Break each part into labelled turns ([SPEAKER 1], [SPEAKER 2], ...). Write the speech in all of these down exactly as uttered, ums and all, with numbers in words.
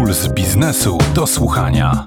[SPEAKER 1] Puls biznesu do słuchania.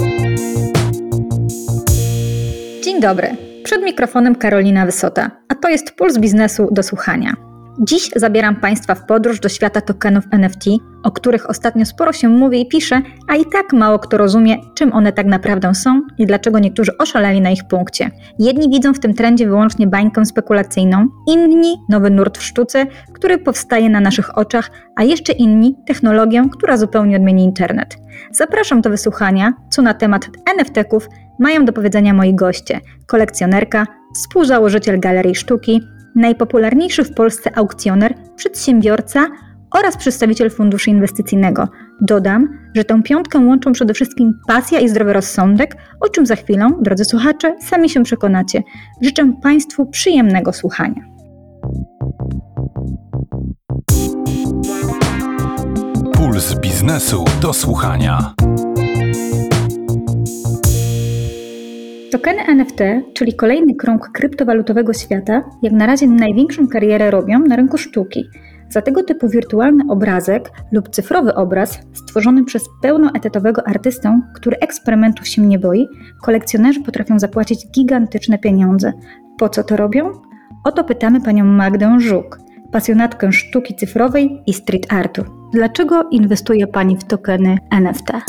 [SPEAKER 2] Dzień dobry, przed mikrofonem Karolina Wysota, a to jest Puls biznesu do słuchania. Dziś zabieram Państwa w podróż do świata tokenów N F T, o których ostatnio sporo się mówi i pisze, a i tak mało kto rozumie, czym one tak naprawdę są i dlaczego niektórzy oszaleli na ich punkcie. Jedni widzą w tym trendzie wyłącznie bańkę spekulacyjną, inni nowy nurt w sztuce, który powstaje na naszych oczach, a jeszcze inni technologię, która zupełnie odmieni internet. Zapraszam do wysłuchania, co na temat N F T-ków mają do powiedzenia moi goście, kolekcjonerka, współzałożyciel Galerii Sztuki, najpopularniejszy w Polsce aukcjoner, przedsiębiorca oraz przedstawiciel funduszu inwestycyjnego. Dodam, że tę piątkę łączą przede wszystkim pasja i zdrowy rozsądek, o czym za chwilę, drodzy słuchacze, sami się przekonacie. Życzę Państwu przyjemnego słuchania.
[SPEAKER 1] Puls biznesu do słuchania.
[SPEAKER 2] Tokeny N F T, czyli kolejny krąg kryptowalutowego świata, jak na razie największą karierę robią na rynku sztuki. Za tego typu wirtualny obrazek lub cyfrowy obraz stworzony przez pełnoetatowego artystę, który eksperymentów się nie boi, kolekcjonerzy potrafią zapłacić gigantyczne pieniądze. Po co to robią? O to pytamy panią Magdę Żuk, pasjonatkę sztuki cyfrowej i street artu. Dlaczego inwestuje pani w tokeny N F T?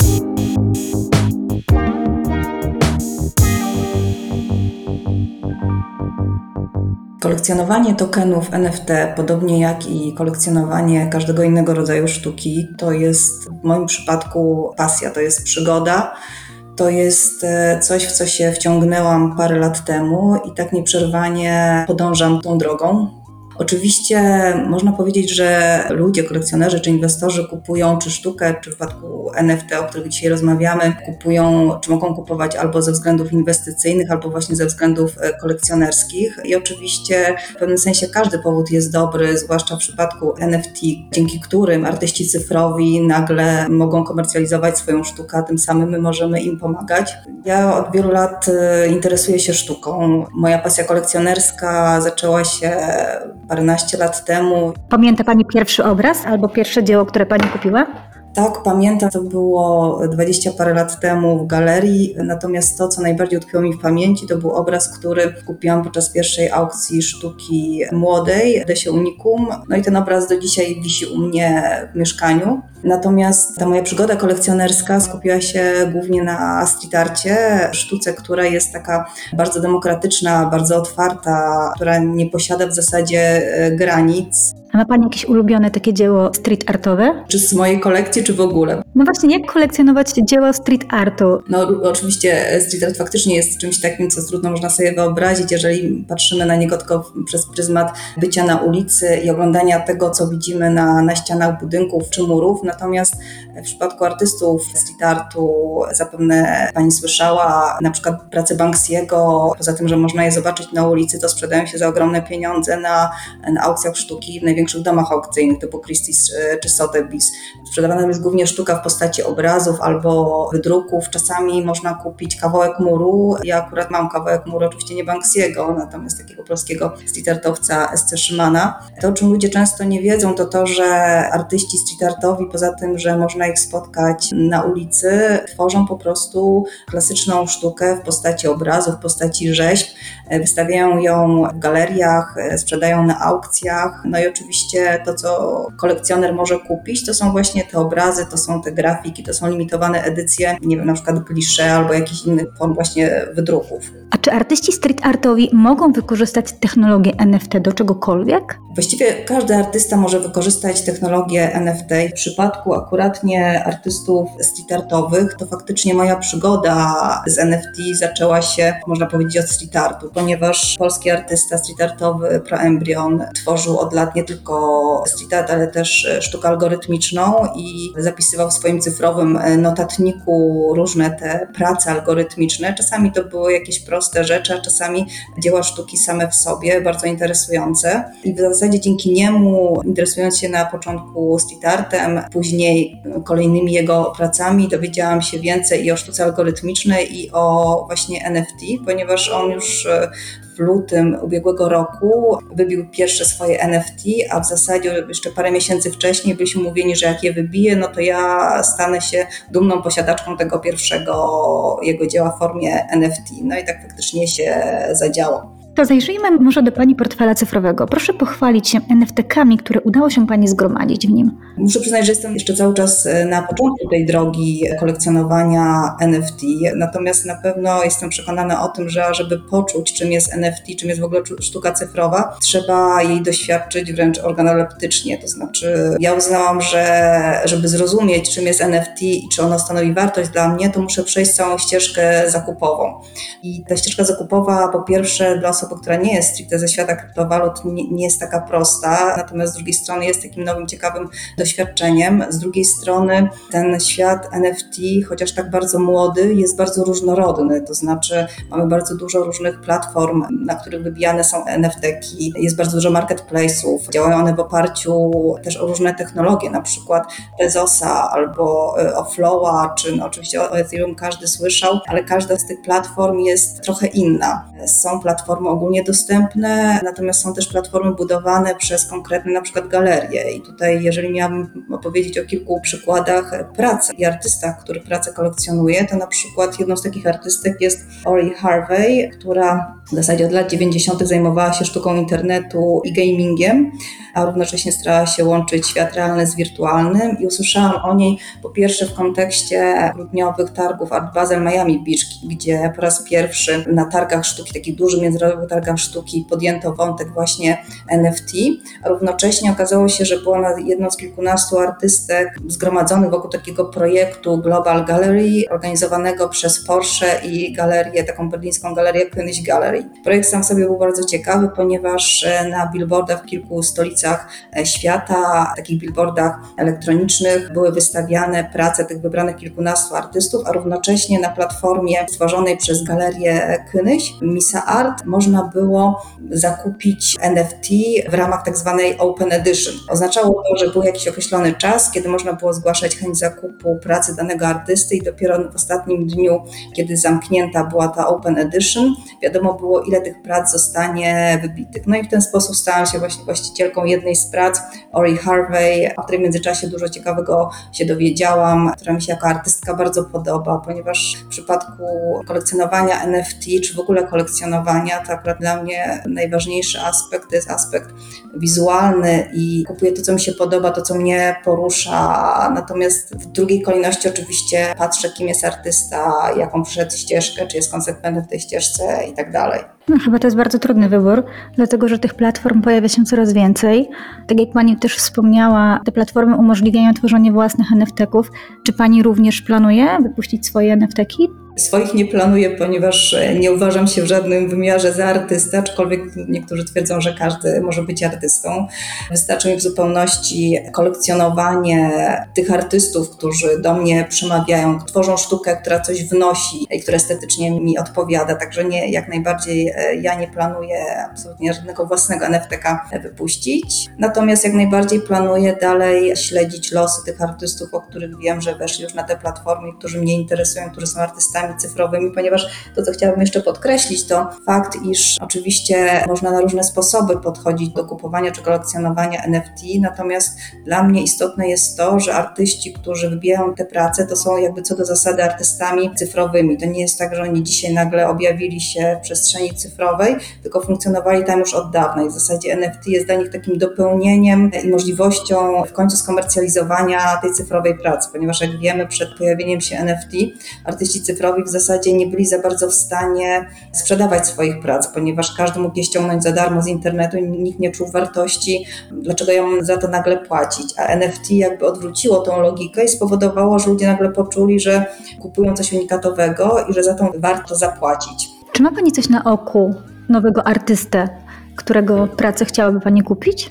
[SPEAKER 3] Kolekcjonowanie tokenów N F T, podobnie jak i kolekcjonowanie każdego innego rodzaju sztuki, to jest w moim przypadku pasja, to jest przygoda, to jest coś, w co się wciągnęłam parę lat temu i tak nieprzerwanie podążam tą drogą. Oczywiście można powiedzieć, że ludzie, kolekcjonerzy czy inwestorzy kupują czy sztukę, czy w przypadku N F T, o których dzisiaj rozmawiamy, kupują, czy mogą kupować albo ze względów inwestycyjnych, albo właśnie ze względów kolekcjonerskich. I oczywiście w pewnym sensie każdy powód jest dobry, zwłaszcza w przypadku N F T, dzięki którym artyści cyfrowi nagle mogą komercjalizować swoją sztukę, a tym samym my możemy im pomagać. Ja od wielu lat interesuję się sztuką. Moja pasja kolekcjonerska zaczęła się paręnaście lat temu.
[SPEAKER 2] Pamięta Pani pierwszy obraz albo pierwsze dzieło, które Pani kupiła?
[SPEAKER 3] Tak, pamiętam, to było dwadzieścia parę lat temu w galerii, natomiast to, co najbardziej utkwiło mi w pamięci, to był obraz, który kupiłam podczas pierwszej aukcji sztuki młodej, Desie Unicum, no i ten obraz do dzisiaj wisi u mnie w mieszkaniu. Natomiast ta moja przygoda kolekcjonerska skupiła się głównie na street arcie, sztuce, która jest taka bardzo demokratyczna, bardzo otwarta, która nie posiada w zasadzie granic.
[SPEAKER 2] A ma Pani jakieś ulubione takie dzieło street artowe?
[SPEAKER 3] Czy z mojej kolekcji, czy w ogóle?
[SPEAKER 2] No właśnie, jak kolekcjonować dzieła street artu?
[SPEAKER 3] No oczywiście street art faktycznie jest czymś takim, co trudno można sobie wyobrazić, jeżeli patrzymy na niego tylko przez pryzmat bycia na ulicy i oglądania tego, co widzimy na, na ścianach budynków czy murów. Natomiast w przypadku artystów street artu zapewne Pani słyszała na przykład pracę Banksy'ego. Poza tym, że można je zobaczyć na ulicy, to sprzedają się za ogromne pieniądze na, na aukcjach sztuki w największych domach aukcyjnych typu Christie's czy Sotheby's. Sprzedawana jest głównie sztuka w postaci obrazów albo wydruków. Czasami można kupić kawałek muru. Ja akurat mam kawałek muru, oczywiście nie Banksy'ego, natomiast takiego polskiego street artowca S C Szymana. To, o czym ludzie często nie wiedzą, to to, że artyści street artowi, poza tym, że można ich spotkać na ulicy, tworzą po prostu klasyczną sztukę w postaci obrazów, w postaci rzeźb. Wystawiają ją w galeriach, sprzedają na aukcjach. No i oczywiście to, co kolekcjoner może kupić, to są właśnie te obrazy, to są te grafiki, to są limitowane edycje, nie wiem, na przykład glisze albo jakichś innych form właśnie wydruków.
[SPEAKER 2] A czy artyści street artowi mogą wykorzystać technologię N F T do czegokolwiek?
[SPEAKER 3] Właściwie każdy artysta może wykorzystać technologię N F T. W przypadku akuratnie artystów street artowych, to faktycznie moja przygoda z N F T zaczęła się, można powiedzieć, od street artu, ponieważ polski artysta street artowy Proembryon tworzył od lat nie tylko street art, ale też sztukę algorytmiczną i zapisywał w swoim cyfrowym notatniku różne te prace algorytmiczne. Czasami to były jakieś proste rzeczy, a czasami dzieła sztuki same w sobie, bardzo interesujące. I w zasadzie dzięki niemu, interesując się na początku street artem, później kolejnymi jego pracami, dowiedziałam się więcej i o sztuce algorytmicznej, i o właśnie N F T, ponieważ on już w lutym ubiegłego roku wybił pierwsze swoje N F T, a w zasadzie jeszcze parę miesięcy wcześniej byliśmy mówieni, że jak je wybije, no to ja stanę się dumną posiadaczką tego pierwszego jego dzieła w formie N F T. No i tak faktycznie się zadziało.
[SPEAKER 2] To zajrzyjmy może do Pani portfela cyfrowego. Proszę pochwalić się N F T-kami, które udało się Pani zgromadzić w nim.
[SPEAKER 3] Muszę przyznać, że jestem jeszcze cały czas na początku tej drogi kolekcjonowania N F T, natomiast na pewno jestem przekonana o tym, że żeby poczuć, czym jest N F T, czym jest w ogóle sztuka cyfrowa, trzeba jej doświadczyć wręcz organoleptycznie. To znaczy ja uznałam, że żeby zrozumieć, czym jest N F T i czy ono stanowi wartość dla mnie, to muszę przejść całą ścieżkę zakupową. I ta ścieżka zakupowa po pierwsze dla osoby, która nie jest stricte ze świata kryptowalut, nie, nie jest taka prosta, natomiast z drugiej strony jest takim nowym, ciekawym doświadczeniem. Z drugiej strony ten świat N F T, chociaż tak bardzo młody, jest bardzo różnorodny, to znaczy mamy bardzo dużo różnych platform, na których wybijane są N F T-ki, jest bardzo dużo marketplace'ów, działają one w oparciu też o różne technologie, na przykład Bezosa albo o Flowa, czy no oczywiście o Ethereum każdy słyszał, ale każda z tych platform jest trochę inna. Są platformy ogólnie dostępne, natomiast są też platformy budowane przez konkretne na przykład galerie i tutaj jeżeli miałabym opowiedzieć o kilku przykładach pracy i artystach, których pracę kolekcjonuję, to na przykład jedną z takich artystek jest Ori Harvey, która w zasadzie od lat dziewięćdziesiątych zajmowała się sztuką internetu i gamingiem, a równocześnie starała się łączyć świat realny z wirtualnym i usłyszałam o niej po pierwsze w kontekście grudniowych targów Art Basel Miami Beach, gdzie po raz pierwszy na targach sztuki, takich dużych międzynarodowych targach sztuki podjęto wątek właśnie N F T, a równocześnie okazało się, że była ona jedną z kilkunastu artystek zgromadzonych wokół takiego projektu Global Gallery organizowanego przez Porsche i galerię, taką berlińską galerię König Gallery. Projekt sam w sobie był bardzo ciekawy, ponieważ na billboardach w kilku stolicach świata, takich billboardach elektronicznych były wystawiane prace tych wybranych kilkunastu artystów, a równocześnie na platformie stworzonej przez galerię König, Misa Art, można było zakupić N F T w ramach tak zwanej Open Edition. Oznaczało to, że był jakiś określony czas, kiedy można było zgłaszać chęć zakupu pracy danego artysty i dopiero w ostatnim dniu, kiedy zamknięta była ta Open Edition, wiadomo było, ile tych prac zostanie wybitych. No i w ten sposób stałam się właśnie właścicielką jednej z prac, Ori Harvey, o której w międzyczasie dużo ciekawego się dowiedziałam, która mi się jako artystka bardzo podoba, ponieważ w przypadku kolekcjonowania N F T, czy w ogóle kolekcjonowania, to akurat dla mnie najważniejszy aspekt to jest aspekt wizualny i kupuję to, co mi się podoba, to, co mnie porusza, natomiast w drugiej kolejności oczywiście patrzę, kim jest artysta, jaką przeszedł ścieżkę, czy jest konsekwentny w tej ścieżce i tak dalej.
[SPEAKER 2] No, chyba to jest bardzo trudny wybór, dlatego że tych platform pojawia się coraz więcej. Tak jak Pani też wspomniała, te platformy umożliwiają tworzenie własnych N F T-ków. Czy Pani również planuje wypuścić swoje N F T-ki?
[SPEAKER 3] Swoich nie planuję, ponieważ nie uważam się w żadnym wymiarze za artystę, aczkolwiek niektórzy twierdzą, że każdy może być artystą. Wystarczy mi w zupełności kolekcjonowanie tych artystów, którzy do mnie przemawiają, tworzą sztukę, która coś wnosi i która estetycznie mi odpowiada, także nie, jak najbardziej ja nie planuję absolutnie żadnego własnego N F T-ka wypuścić. Natomiast jak najbardziej planuję dalej śledzić losy tych artystów, o których wiem, że weszli już na te platformy, którzy mnie interesują, którzy są artystami cyfrowymi, ponieważ to, co chciałabym jeszcze podkreślić, to fakt, iż oczywiście można na różne sposoby podchodzić do kupowania czy kolekcjonowania N F T, natomiast dla mnie istotne jest to, że artyści, którzy wybijają te prace, to są jakby co do zasady artystami cyfrowymi. To nie jest tak, że oni dzisiaj nagle objawili się w przestrzeni cyfrowej, tylko funkcjonowali tam już od dawna i w zasadzie N F T jest dla nich takim dopełnieniem i możliwością w końcu skomercjalizowania tej cyfrowej pracy, ponieważ jak wiemy, przed pojawieniem się N F T artyści cyfrowi w zasadzie nie byli za bardzo w stanie sprzedawać swoich prac, ponieważ każdy mógł je ściągnąć za darmo z internetu i nikt nie czuł wartości, dlaczego ją za to nagle płacić. A N F T jakby odwróciło tą logikę i spowodowało, że ludzie nagle poczuli, że kupują coś unikatowego i że za to warto zapłacić.
[SPEAKER 2] Czy ma Pani coś na oku nowego artystę, którego pracę chciałaby Pani kupić?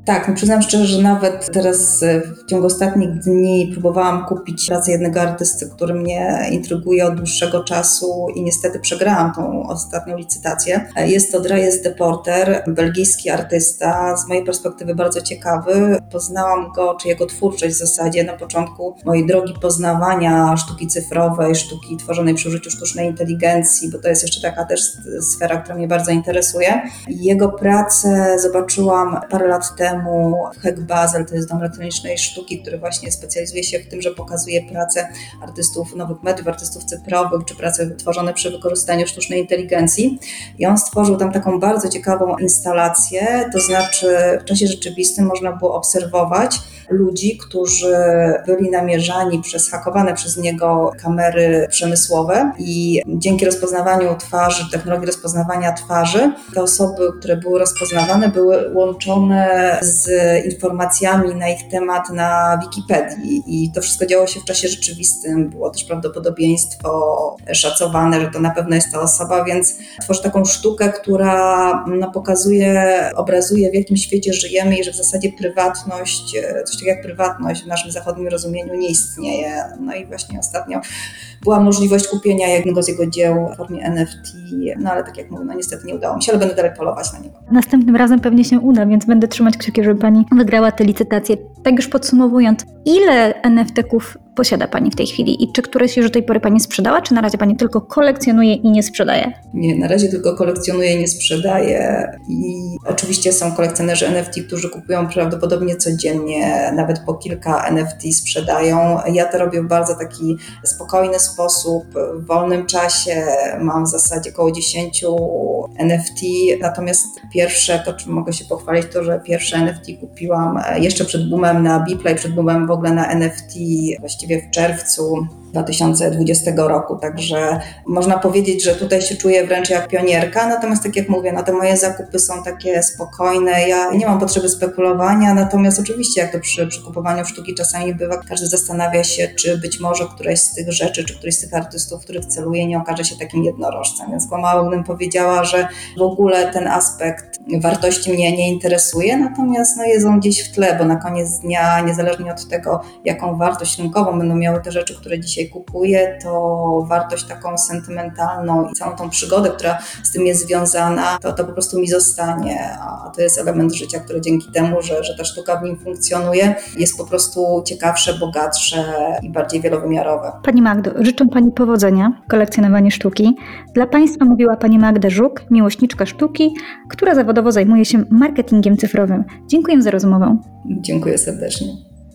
[SPEAKER 3] Tak, no przyznam szczerze, że nawet teraz w ciągu ostatnich dni próbowałam kupić pracę jednego artysty, który mnie intryguje od dłuższego czasu i niestety przegrałam tą ostatnią licytację. Jest to Dries de Porter, belgijski artysta, z mojej perspektywy bardzo ciekawy. Poznałam go, czy jego twórczość w zasadzie na początku mojej drogi poznawania sztuki cyfrowej, sztuki tworzonej przy użyciu sztucznej inteligencji, bo to jest jeszcze taka też sfera, która mnie bardzo interesuje. Jego pracę zobaczyłam parę lat temu w Hack Basel, to jest dom elektronicznej sztuki, który właśnie specjalizuje się w tym, że pokazuje pracę artystów nowych mediów, artystów cyfrowych, czy prace tworzone przy wykorzystaniu sztucznej inteligencji. I on stworzył tam taką bardzo ciekawą instalację, to znaczy w czasie rzeczywistym można było obserwować ludzi, którzy byli namierzani przez hakowane przez niego kamery przemysłowe i dzięki rozpoznawaniu twarzy, technologii rozpoznawania twarzy, te osoby, które były rozpoznawane, były łączone z informacjami na ich temat na Wikipedii i to wszystko działo się w czasie rzeczywistym. Było też prawdopodobieństwo szacowane, że to na pewno jest ta osoba, więc tworzy taką sztukę, która no, pokazuje, obrazuje, w jakim świecie żyjemy i że w zasadzie prywatność, coś takiego jak prywatność w naszym zachodnim rozumieniu nie istnieje. No i właśnie ostatnio była możliwość kupienia jednego z jego dzieł w formie N F T, no ale tak jak mówię, no niestety nie udało mi się, ale będę dalej polować na niego.
[SPEAKER 2] Następnym razem pewnie się uda, więc będę trzymać kciuki, żeby Pani wygrała tę licytację. Tak już podsumowując, ile N F T-ków posiada Pani w tej chwili i czy któreś już do tej pory Pani sprzedała, czy na razie Pani tylko kolekcjonuje i nie sprzedaje?
[SPEAKER 3] Nie, na razie tylko kolekcjonuję i nie sprzedaję i oczywiście są kolekcjonerzy N F T, którzy kupują prawdopodobnie codziennie, nawet po kilka N F T sprzedają. Ja to robię w bardzo taki spokojny sposób, w wolnym czasie, mam w zasadzie około dziesięciu N F T, natomiast pierwsze, to czym mogę się pochwalić, to że pierwsze N F T kupiłam jeszcze przed boomem na Beeplay, przed boomem w ogóle na N F T, właściwie w czerwcu dwa tysiące dwudziestego roku, także można powiedzieć, że tutaj się czuję wręcz jak pionierka, natomiast tak jak mówię, no te moje zakupy są takie spokojne, ja nie mam potrzeby spekulowania, natomiast oczywiście jak to przy, przy kupowaniu sztuki czasami bywa, każdy zastanawia się, czy być może któreś z tych rzeczy, czy któryś z tych artystów, których celuję, nie okaże się takim jednorożcem, więc kłamałabym powiedziała, że w ogóle ten aspekt wartości mnie nie interesuje, natomiast no jest on gdzieś w tle, bo na koniec dnia, niezależnie od tego, jaką wartość rynkową będą miały te rzeczy, które dzisiaj kupuję, to wartość taką sentymentalną i całą tą przygodę, która z tym jest związana, to, to po prostu mi zostanie, a to jest element życia, który dzięki temu, że, że ta sztuka w nim funkcjonuje, jest po prostu ciekawsze, bogatsze i bardziej wielowymiarowe.
[SPEAKER 2] Pani Magdo, życzę Pani powodzenia w kolekcjonowaniu sztuki. Dla Państwa mówiła Pani Magda Żuk, miłośniczka sztuki, która zawodowo zajmuje się marketingiem cyfrowym. Dziękuję za rozmowę.
[SPEAKER 3] Dziękuję serdecznie.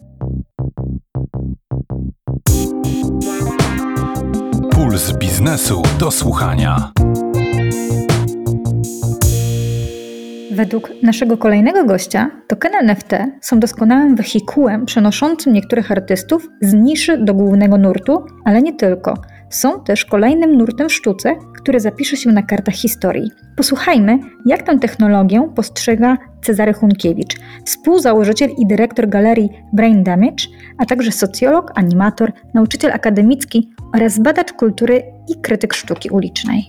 [SPEAKER 1] Puls biznesu do słuchania.
[SPEAKER 2] Według naszego kolejnego gościa tokeny N F T są doskonałym wehikułem przenoszącym niektórych artystów z niszy do głównego nurtu, ale nie tylko. Są też kolejnym nurtem w sztuce, który zapisze się na kartach historii. Posłuchajmy, jak tę technologię postrzega Cezary Hunkiewicz, współzałożyciel i dyrektor galerii Brain Damage, a także socjolog, animator, nauczyciel akademicki oraz badacz kultury i krytyk sztuki ulicznej.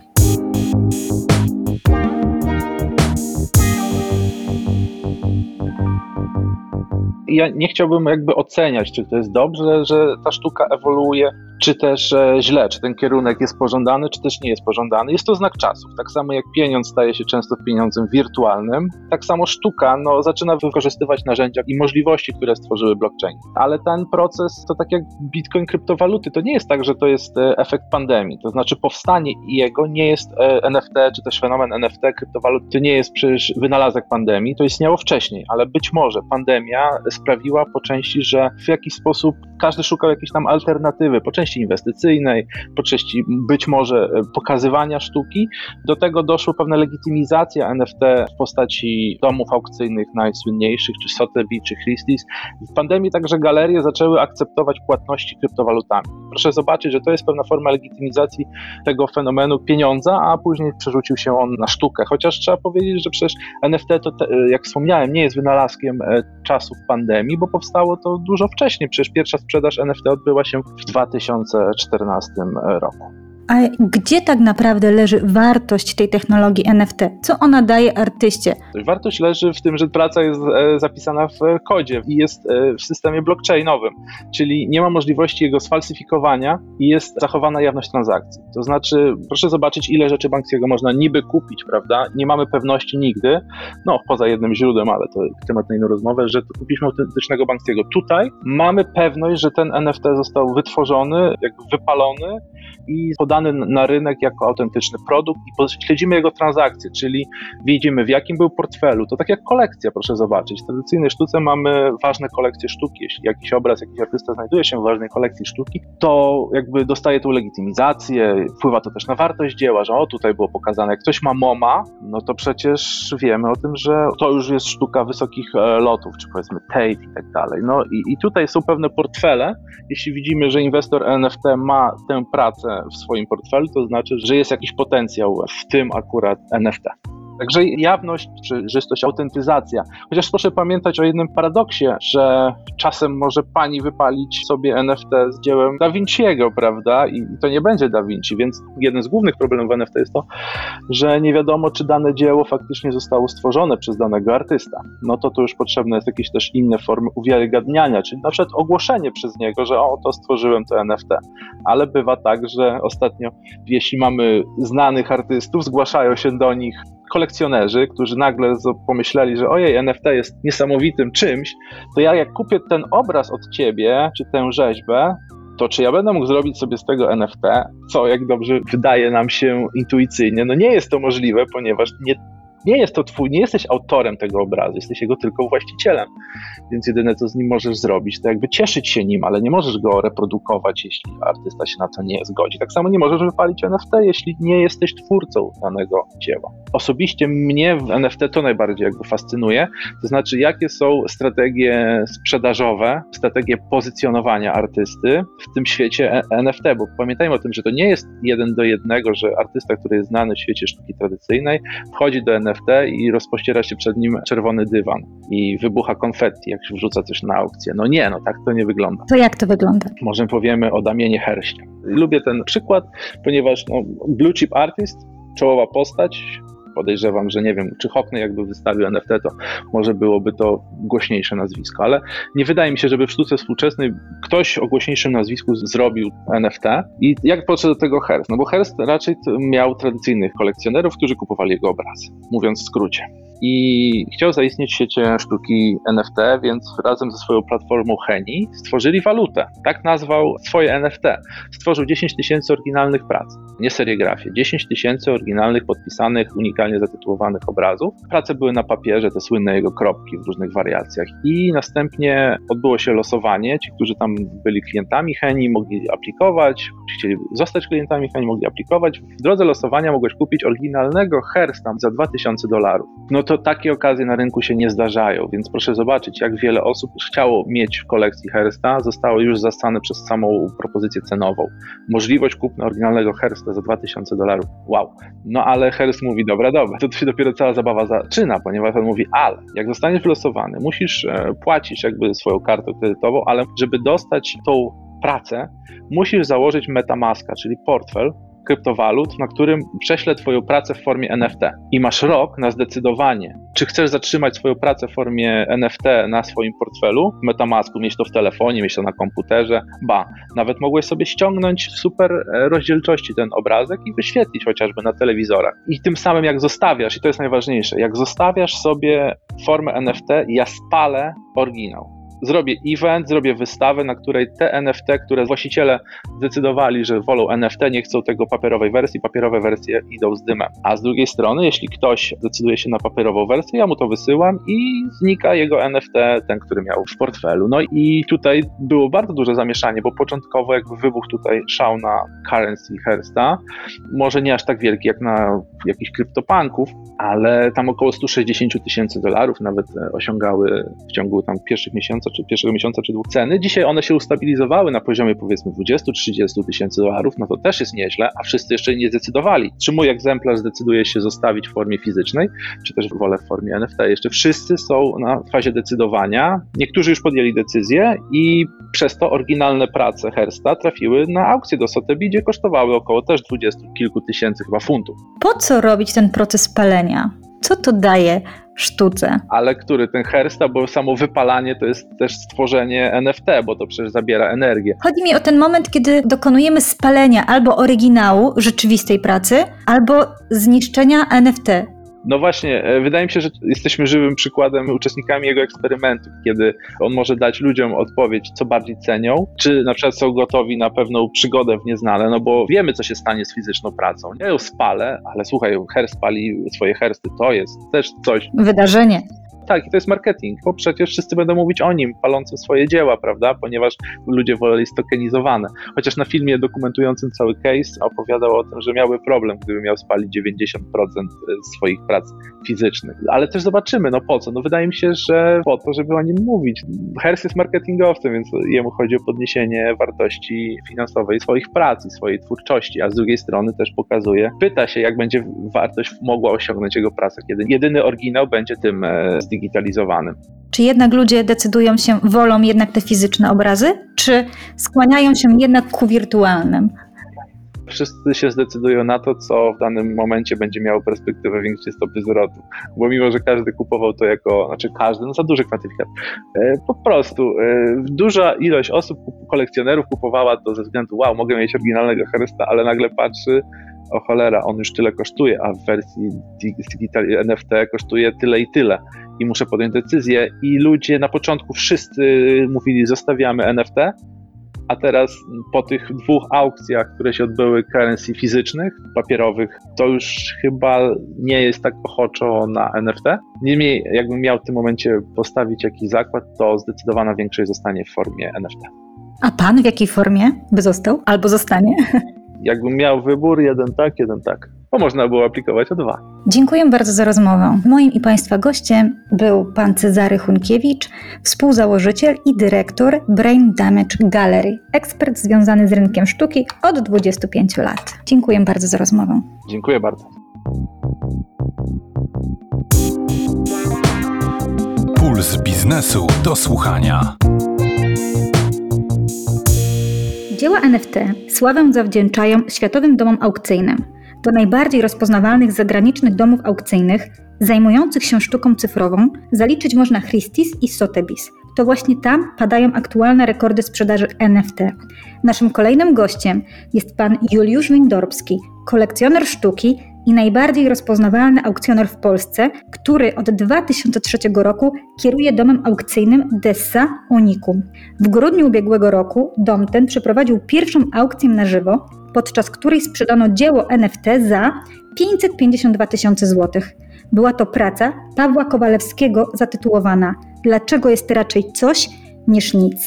[SPEAKER 4] Ja nie chciałbym jakby oceniać, czy to jest dobrze, że ta sztuka ewoluuje, czy też źle, czy ten kierunek jest pożądany, czy też nie jest pożądany. Jest to znak czasów. Tak samo jak pieniądz staje się często pieniądzem wirtualnym, tak samo sztuka no, zaczyna wykorzystywać narzędzia i możliwości, które stworzyły blockchain. Ale ten proces to tak jak Bitcoin, kryptowaluty, to nie jest tak, że to jest efekt pandemii. To znaczy powstanie jego nie jest N F T, czy też fenomen N F T, kryptowalut, to nie jest przecież wynalazek pandemii, to istniało wcześniej, ale być może pandemia sprawiła po części, że w jakiś sposób każdy szukał jakiejś tam alternatywy, po części inwestycyjnej, po części być może pokazywania sztuki. Do tego doszło pewna legitymizacja N F T w postaci domów aukcyjnych najsłynniejszych, czy Sotheby, czy Christie's. W pandemii także galerie zaczęły akceptować płatności kryptowalutami. Proszę zobaczyć, że to jest pewna forma legitymizacji tego fenomenu pieniądza, a później przerzucił się on na sztukę. Chociaż trzeba powiedzieć, że przecież N F T to, jak wspomniałem, nie jest wynalazkiem czasów pandemii, bo powstało to dużo wcześniej. Przecież pierwsza sprzedaż N F T odbyła się w dwa tysiące czternastym roku.
[SPEAKER 2] A gdzie tak naprawdę leży wartość tej technologii N F T? Co ona daje artyście?
[SPEAKER 4] Wartość leży w tym, że praca jest zapisana w kodzie i jest w systemie blockchainowym, czyli nie ma możliwości jego sfalsyfikowania i jest zachowana jawność transakcji. To znaczy, proszę zobaczyć, ile rzeczy Banksiego można niby kupić, prawda? Nie mamy pewności nigdy, no poza jednym źródłem, ale to temat na inną rozmowę, że kupiliśmy autentycznego Banksiego. Tutaj mamy pewność, że ten N F T został wytworzony, jakby wypalony i podany na rynek jako autentyczny produkt i śledzimy jego transakcje, czyli widzimy, w jakim był portfelu. To tak jak kolekcja, proszę zobaczyć. W tradycyjnej sztuce mamy ważne kolekcje sztuki. Jeśli jakiś obraz, jakiś artysta znajduje się w ważnej kolekcji sztuki, to jakby dostaje tu legitymizację, wpływa to też na wartość dzieła, że o, tutaj było pokazane, jak ktoś ma MoMA, no to przecież wiemy o tym, że to już jest sztuka wysokich lotów, czy powiedzmy Tate i tak dalej. No i, i tutaj są pewne portfele. Jeśli widzimy, że inwestor N F T ma tę pracę w swoim portfelu, to znaczy, że jest jakiś potencjał w tym akurat N F T. Także jawność, przejrzystość, autentyzacja. Chociaż proszę pamiętać o jednym paradoksie, że czasem może pani wypalić sobie N F T z dziełem Da Vinciego, prawda? I to nie będzie Da Vinci, więc jeden z głównych problemów w N F T jest to, że nie wiadomo, czy dane dzieło faktycznie zostało stworzone przez danego artysta. No to tu już potrzebne jest jakieś też inne formy uwiarygadniania, czyli na przykład ogłoszenie przez niego, że o, to stworzyłem to N F T. Ale bywa tak, że ostatnio, jeśli mamy znanych artystów, zgłaszają się do nich kolekcjonerzy, którzy nagle pomyśleli, że ojej, N F T jest niesamowitym czymś, to ja jak kupię ten obraz od ciebie, czy tę rzeźbę, to czy ja będę mógł zrobić sobie z tego N F T, co jak dobrze wydaje nam się intuicyjnie, no nie jest to możliwe, ponieważ nie Nie jest to twój, nie jesteś autorem tego obrazu, jesteś jego tylko właścicielem, więc jedyne co z nim możesz zrobić, to jakby cieszyć się nim, ale nie możesz go reprodukować, jeśli artysta się na to nie zgodzi. Tak samo nie możesz wypalić N F T, jeśli nie jesteś twórcą danego dzieła. Osobiście mnie w N F T to najbardziej jakby fascynuje, to znaczy jakie są strategie sprzedażowe, strategie pozycjonowania artysty w tym świecie N F T, bo pamiętajmy o tym, że to nie jest jeden do jednego, że artysta, który jest znany w świecie sztuki tradycyjnej, wchodzi do N F T i rozpościera się przed nim czerwony dywan i wybucha konfetti, jak się wrzuca coś na aukcję. No nie, no tak to nie wygląda.
[SPEAKER 2] To jak to wygląda?
[SPEAKER 4] Może powiemy o Damienie Hirstie. Lubię ten przykład, ponieważ no, blue chip artist, czołowa postać, podejrzewam, że nie wiem, czy Hockney jakby wystawił N F T, to może byłoby to głośniejsze nazwisko, ale nie wydaje mi się, żeby w sztuce współczesnej ktoś o głośniejszym nazwisku zrobił N F T. I jak podszedł do tego Hirst? No bo Hirst raczej miał tradycyjnych kolekcjonerów, którzy kupowali jego obrazy, mówiąc w skrócie. I chciał zaistnieć w świecie sztuki N F T, więc razem ze swoją platformą Heni stworzyli walutę. Tak nazwał swoje N F T. Stworzył dziesięć tysięcy oryginalnych prac, nie serigrafię, dziesięć tysięcy oryginalnych, podpisanych, unikalnie zatytułowanych obrazów. Prace były na papierze, te słynne jego kropki w różnych wariacjach. I następnie odbyło się losowanie. Ci, którzy tam byli klientami Heni, mogli aplikować, chcieli zostać klientami Heni, mogli aplikować. W drodze losowania mogłeś kupić oryginalnego Hirsta za dwa tysiące dolarów. No to takie okazje na rynku się nie zdarzają, więc proszę zobaczyć, jak wiele osób chciało mieć w kolekcji Hirsta, zostało już zastane przez samą propozycję cenową. Możliwość kupna oryginalnego Hirsta za dwa tysiące dolarów. Wow. No ale Hirst mówi, dobra, dobra, to się dopiero cała zabawa zaczyna, ponieważ on mówi, ale jak zostaniesz wylosowany, musisz e, płacić jakby swoją kartą kredytową, ale żeby dostać tą pracę, musisz założyć MetaMaska, czyli portfel kryptowalut, na którym prześlę twoją pracę w formie N F T. I masz rok na zdecydowanie, czy chcesz zatrzymać swoją pracę w formie N F T na swoim portfelu, w MetaMasku, mieć to w telefonie, mieć to na komputerze, ba, nawet mogłeś sobie ściągnąć w super rozdzielczości ten obrazek i wyświetlić chociażby na telewizorach. I tym samym jak zostawiasz, i to jest najważniejsze, jak zostawiasz sobie formę N F T, ja spalę oryginał. Zrobię event, zrobię wystawę, na której te N F T, które właściciele zdecydowali, że wolą N F T, nie chcą tego papierowej wersji, papierowe wersje idą z dymem. A z drugiej strony, jeśli ktoś decyduje się na papierową wersję, ja mu to wysyłam i znika jego N F T, ten, który miał w portfelu. No i tutaj było bardzo duże zamieszanie, bo początkowo jakby wybuchł tutaj szał na currency Hirsta, może nie aż tak wielki jak na jakichś kryptopunków, ale tam około sto sześćdziesiąt tysięcy dolarów nawet osiągały w ciągu tam pierwszych miesięcy czy pierwszego miesiąca, czy dwóch ceny. Dzisiaj one się ustabilizowały na poziomie powiedzmy dwadzieścia do trzydziestu tysięcy dolarów, no to też jest nieźle, a wszyscy jeszcze nie zdecydowali, czy mój egzemplarz zdecyduje się zostawić w formie fizycznej, czy też wolę w formie N F T. Jeszcze wszyscy są na fazie decydowania. Niektórzy już podjęli decyzję i przez to oryginalne prace Hearsta trafiły na aukcję do Sotheby, gdzie kosztowały około też dwudziestu kilku tysięcy chyba funtów.
[SPEAKER 2] Po co robić ten proces palenia? Co to daje sztuce?
[SPEAKER 4] Ale który ten Hearsta, bo samo wypalanie to jest też stworzenie N F T, bo to przecież zabiera energię.
[SPEAKER 2] Chodzi mi o ten moment, kiedy dokonujemy spalenia albo oryginału rzeczywistej pracy, albo zniszczenia N F T.
[SPEAKER 4] No właśnie, wydaje mi się, że jesteśmy żywym przykładem, uczestnikami jego eksperymentu, kiedy on może dać ludziom odpowiedź, co bardziej cenią, czy na przykład są gotowi na pewną przygodę w nieznane, no bo wiemy, co się stanie z fizyczną pracą. Ja ją spalę, ale słuchaj, Hearst pali swoje Hearsty, to jest też coś.
[SPEAKER 2] Wydarzenie.
[SPEAKER 4] Tak, i to jest marketing, bo przecież wszyscy będą mówić o nim, palącym swoje dzieła, prawda, ponieważ ludzie woleli stokenizowane. Chociaż na filmie dokumentującym cały case opowiadał o tym, że miałby problem, gdyby miał spalić dziewięćdziesiąt procent swoich prac fizycznych. Ale też zobaczymy, no po co? No wydaje mi się, że po to, żeby o nim mówić. Hearst jest marketingowcem, więc jemu chodzi o podniesienie wartości finansowej swoich prac i swojej twórczości, a z drugiej strony też pokazuje, pyta się, jak będzie wartość mogła osiągnąć jego praca, kiedy jedyny oryginał będzie tym e, zdigitalizowanym.
[SPEAKER 2] Czy jednak ludzie decydują się, wolą jednak te fizyczne obrazy, czy skłaniają się jednak ku wirtualnym?
[SPEAKER 4] Wszyscy się zdecydują na to, co w danym momencie będzie miało perspektywę większej stopy zwrotu. Bo mimo, że każdy kupował to jako, znaczy każdy, no za duży kwantyfikat, e, po prostu e, duża ilość osób, kolekcjonerów kupowała to ze względu, wow, mogę mieć oryginalnego Hearsta, ale nagle patrzy, o cholera, on już tyle kosztuje, a w wersji digital N F T kosztuje tyle i tyle. I muszę podjąć decyzję. I ludzie na początku wszyscy mówili, zostawiamy N F T, a teraz po tych dwóch aukcjach, które się odbyły currency fizycznych, papierowych, to już chyba nie jest tak ochoczo na N F T. Niemniej, jakbym miał w tym momencie postawić jakiś zakład, to zdecydowana większość zostanie w formie N F T.
[SPEAKER 2] A pan w jakiej formie by został albo zostanie?
[SPEAKER 4] Jakbym miał wybór, jeden tak, jeden tak, bo można było aplikować o dwa.
[SPEAKER 2] Dziękuję bardzo za rozmowę. Moim i Państwa gościem był pan Cezary Hunkiewicz, współzałożyciel i dyrektor Brain Damage Gallery, ekspert związany z rynkiem sztuki od dwudziestu pięciu lat. Dziękuję bardzo za rozmowę.
[SPEAKER 4] Dziękuję bardzo.
[SPEAKER 1] Puls biznesu do słuchania.
[SPEAKER 2] Dzieła N F T sławę zawdzięczają światowym domom aukcyjnym. Do najbardziej rozpoznawalnych zagranicznych domów aukcyjnych zajmujących się sztuką cyfrową zaliczyć można Christie's i Sotheby's. To właśnie tam padają aktualne rekordy sprzedaży N F T. Naszym kolejnym gościem jest pan Juliusz Windorbski, kolekcjoner sztuki i najbardziej rozpoznawalny aukcjoner w Polsce, który od dwa tysiące trzeciego roku kieruje domem aukcyjnym Dessa Unicum. W grudniu ubiegłego roku dom ten przeprowadził pierwszą aukcję na żywo, podczas której sprzedano dzieło N F T za pięćset pięćdziesiąt dwa tysiące złotych. Była to praca Pawła Kowalewskiego zatytułowana „Dlaczego jest raczej coś niż nic?”.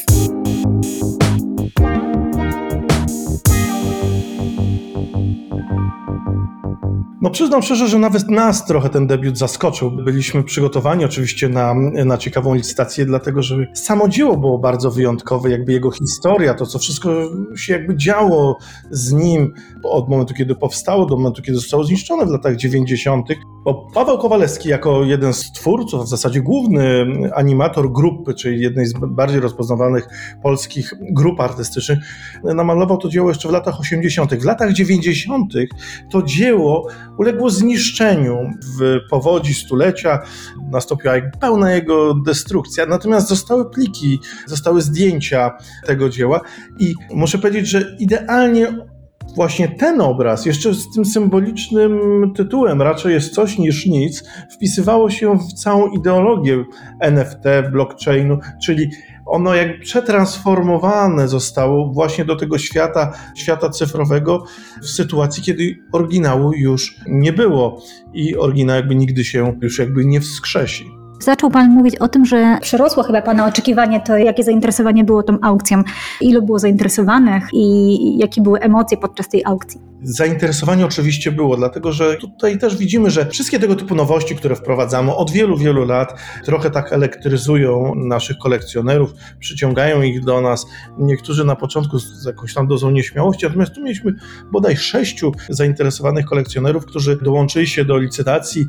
[SPEAKER 5] No przyznam szczerze, że nawet nas trochę ten debiut zaskoczył. Byliśmy przygotowani oczywiście na, na ciekawą licytację, dlatego że samo dzieło było bardzo wyjątkowe, jakby jego historia, to co wszystko się jakby działo z nim od momentu, kiedy powstało do momentu, kiedy zostało zniszczone w latach dziewięćdziesiątych. Bo Paweł Kowalewski jako jeden z twórców, a w zasadzie główny animator grupy, czyli jednej z bardziej rozpoznawalnych polskich grup artystycznych, namalował to dzieło jeszcze w latach osiemdziesiątych. W latach dziewięćdziesiątych to dzieło uległo zniszczeniu w powodzi stulecia, nastąpiła pełna jego destrukcja, natomiast zostały pliki, zostały zdjęcia tego dzieła i muszę powiedzieć, że idealnie właśnie ten obraz, jeszcze z tym symbolicznym tytułem, raczej jest coś niż nic, wpisywało się w całą ideologię N F T, blockchainu, czyli ono jakby przetransformowane zostało właśnie do tego świata, świata cyfrowego w sytuacji, kiedy oryginału już nie było i oryginał jakby nigdy się już jakby nie wskrzesi.
[SPEAKER 2] Zaczął Pan mówić o tym, że przerosło chyba Pana oczekiwanie to, jakie zainteresowanie było tą aukcją, ilu było zainteresowanych i jakie były emocje podczas tej aukcji.
[SPEAKER 5] Zainteresowanie oczywiście było, dlatego że tutaj też widzimy, że wszystkie tego typu nowości, które wprowadzamy od wielu, wielu lat, trochę tak elektryzują naszych kolekcjonerów, przyciągają ich do nas. Niektórzy na początku z jakąś tam dozą nieśmiałości, natomiast tu mieliśmy bodaj sześciu zainteresowanych kolekcjonerów, którzy dołączyli się do licytacji.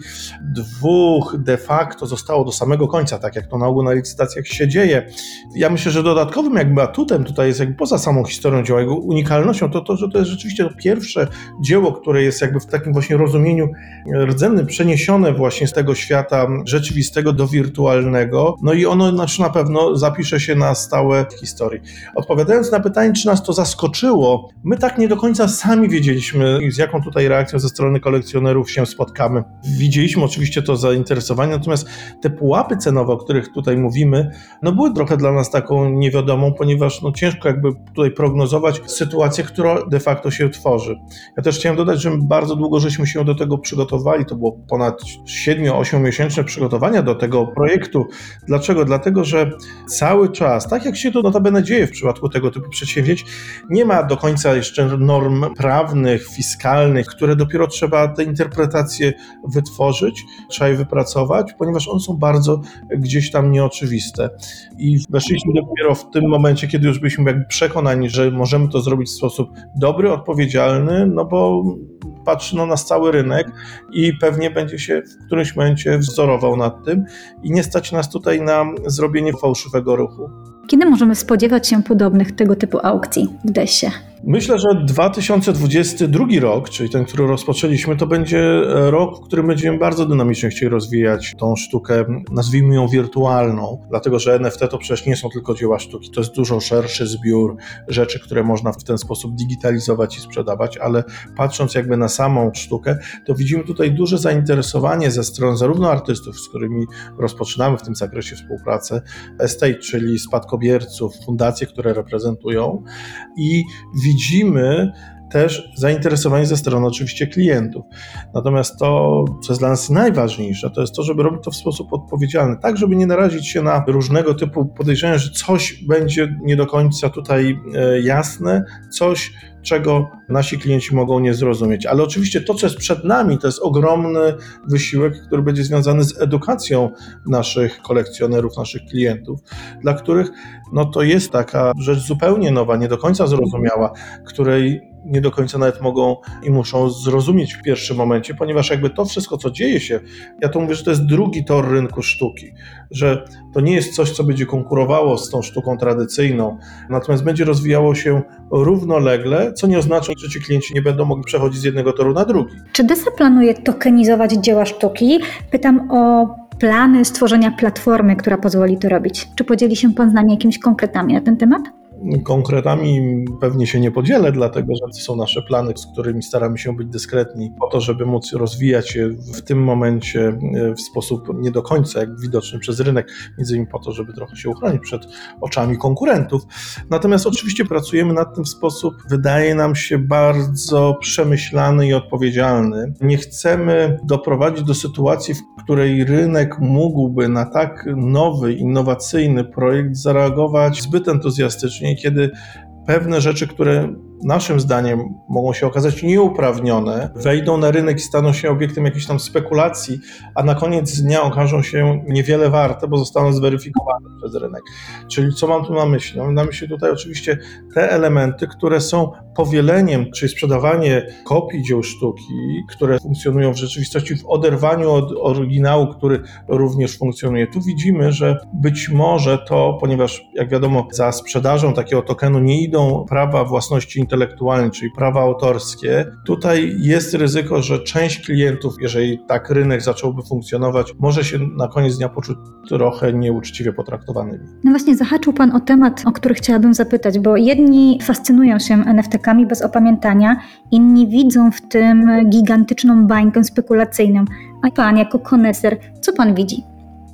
[SPEAKER 5] Dwóch de facto zostało do samego końca, tak jak to na ogół na licytacjach się dzieje. Ja myślę, że dodatkowym jakby atutem tutaj jest jakby poza samą historią dzieła, jego unikalnością, to to, że to jest rzeczywiście to pierwsze dzieło, które jest jakby w takim właśnie rozumieniu rdzennym przeniesione właśnie z tego świata rzeczywistego do wirtualnego, no i ono znaczy na pewno zapisze się na stałe w historii. Odpowiadając na pytanie, czy nas to zaskoczyło, my tak nie do końca sami wiedzieliśmy, z jaką tutaj reakcją ze strony kolekcjonerów się spotkamy. Widzieliśmy oczywiście to zainteresowanie, natomiast te pułapy cenowe, o których tutaj mówimy, no były trochę dla nas taką niewiadomą, ponieważ no ciężko jakby tutaj prognozować sytuację, która de facto się tworzy. Ja też chciałem dodać, że bardzo długo żeśmy się do tego przygotowali, to było ponad siedmiu-ośmiu miesięczne przygotowania do tego projektu. Dlaczego? Dlatego, że cały czas, tak jak się to notabene dzieje w przypadku tego typu przedsięwzięć, nie ma do końca jeszcze norm prawnych, fiskalnych, które dopiero trzeba te interpretacje wytworzyć, trzeba je wypracować, ponieważ one są bardzo gdzieś tam nieoczywiste. I weszliśmy dopiero w tym momencie, kiedy już byliśmy jakby przekonani, że możemy to zrobić w sposób dobry, odpowiedzialny, no bo patrzy na nas cały rynek i pewnie będzie się w którymś momencie wzorował nad tym i nie stać nas tutaj na zrobienie fałszywego ruchu.
[SPEAKER 2] Kiedy możemy spodziewać się podobnych tego typu aukcji w desie?
[SPEAKER 5] Myślę, że dwa tysiące dwudziesty drugi rok, czyli ten, który rozpoczęliśmy, to będzie rok, w którym będziemy bardzo dynamicznie chcieli rozwijać tą sztukę, nazwijmy ją wirtualną, dlatego że N F T to przecież nie są tylko dzieła sztuki, to jest dużo szerszy zbiór rzeczy, które można w ten sposób digitalizować i sprzedawać, ale patrząc jakby na samą sztukę, to widzimy tutaj duże zainteresowanie ze strony zarówno artystów, z którymi rozpoczynamy w tym zakresie współpracę, estate, czyli spadkobierców, fundacje, które reprezentują i widzimy też zainteresowanie ze strony oczywiście klientów. Natomiast to, co jest dla nas najważniejsze, to jest to, żeby robić to w sposób odpowiedzialny, tak żeby nie narazić się na różnego typu podejrzenia, że coś będzie nie do końca tutaj jasne, coś, czego nasi klienci mogą nie zrozumieć. Ale oczywiście to, co jest przed nami, to jest ogromny wysiłek, który będzie związany z edukacją naszych kolekcjonerów, naszych klientów, dla których no to jest taka rzecz zupełnie nowa, nie do końca zrozumiała, której nie do końca nawet mogą i muszą zrozumieć w pierwszym momencie, ponieważ jakby to wszystko, co dzieje się, ja to mówię, że to jest drugi tor rynku sztuki, że to nie jest coś, co będzie konkurowało z tą sztuką tradycyjną, natomiast będzie rozwijało się równolegle, co nie oznacza, że ci klienci nie będą mogli przechodzić z jednego toru na drugi.
[SPEAKER 2] Czy Desa planuje tokenizować dzieła sztuki? Pytam o plany stworzenia platformy, która pozwoli to robić. Czy podzieli się Pan z nami jakimiś konkretami na ten temat?
[SPEAKER 5] Konkretami pewnie się nie podzielę, dlatego że to są nasze plany, z którymi staramy się być dyskretni, po to, żeby móc rozwijać je w tym momencie w sposób nie do końca jak widoczny przez rynek, między innymi po to, żeby trochę się uchronić przed oczami konkurentów. Natomiast oczywiście pracujemy nad tym w sposób, wydaje nam się, bardzo przemyślany i odpowiedzialny. Nie chcemy doprowadzić do sytuacji, w której rynek mógłby na tak nowy, innowacyjny projekt zareagować zbyt entuzjastycznie, kiedy pewne rzeczy, które naszym zdaniem mogą się okazać nieuprawnione, wejdą na rynek i staną się obiektem jakiejś tam spekulacji, a na koniec dnia okażą się niewiele warte, bo zostaną zweryfikowane przez rynek. Czyli co mam tu na myśli? Mam na myśli tutaj oczywiście te elementy, które są powieleniem, czyli sprzedawanie kopii dzieł sztuki, które funkcjonują w rzeczywistości w oderwaniu od oryginału, który również funkcjonuje. Tu widzimy, że być może to, ponieważ jak wiadomo za sprzedażą takiego tokenu nie idą prawa własności intelektualnej, czyli prawa autorskie, tutaj jest ryzyko, że część klientów, jeżeli tak rynek zacząłby funkcjonować, może się na koniec dnia poczuć trochę nieuczciwie potraktowanymi.
[SPEAKER 2] No właśnie zahaczył Pan o temat, o który chciałabym zapytać, bo jedni fascynują się N F T-kami bez opamiętania, inni widzą w tym gigantyczną bańkę spekulacyjną. A Pan jako koneser, co Pan widzi?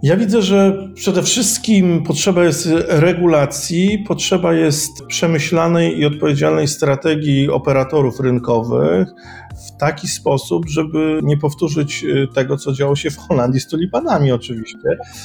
[SPEAKER 5] Ja widzę, że przede wszystkim potrzeba jest regulacji, potrzeba jest przemyślanej i odpowiedzialnej strategii operatorów rynkowych w taki sposób, żeby nie powtórzyć tego, co działo się w Holandii z tulipanami oczywiście.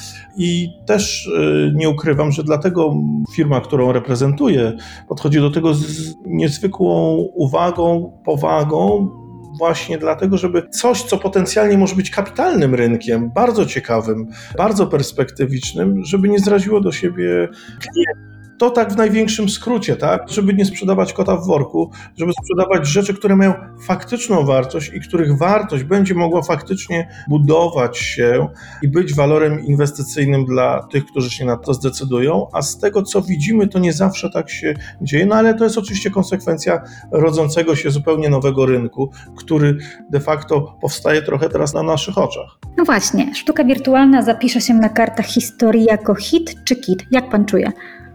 [SPEAKER 5] I też nie ukrywam, że dlatego firma, którą reprezentuję, podchodzi do tego z niezwykłą uwagą, powagą, właśnie dlatego, żeby coś, co potencjalnie może być kapitalnym rynkiem, bardzo ciekawym, bardzo perspektywicznym, żeby nie zraziło do siebie klientów. To tak w największym skrócie, tak? Żeby nie sprzedawać kota w worku, żeby sprzedawać rzeczy, które mają faktyczną wartość i których wartość będzie mogła faktycznie budować się i być walorem inwestycyjnym dla tych, którzy się na to zdecydują, a z tego, co widzimy, to nie zawsze tak się dzieje, no ale to jest oczywiście konsekwencja rodzącego się zupełnie nowego rynku, który de facto powstaje trochę teraz na naszych oczach.
[SPEAKER 2] No właśnie, sztuka wirtualna zapisze się na kartach historii jako hit czy kit? Jak pan czuje?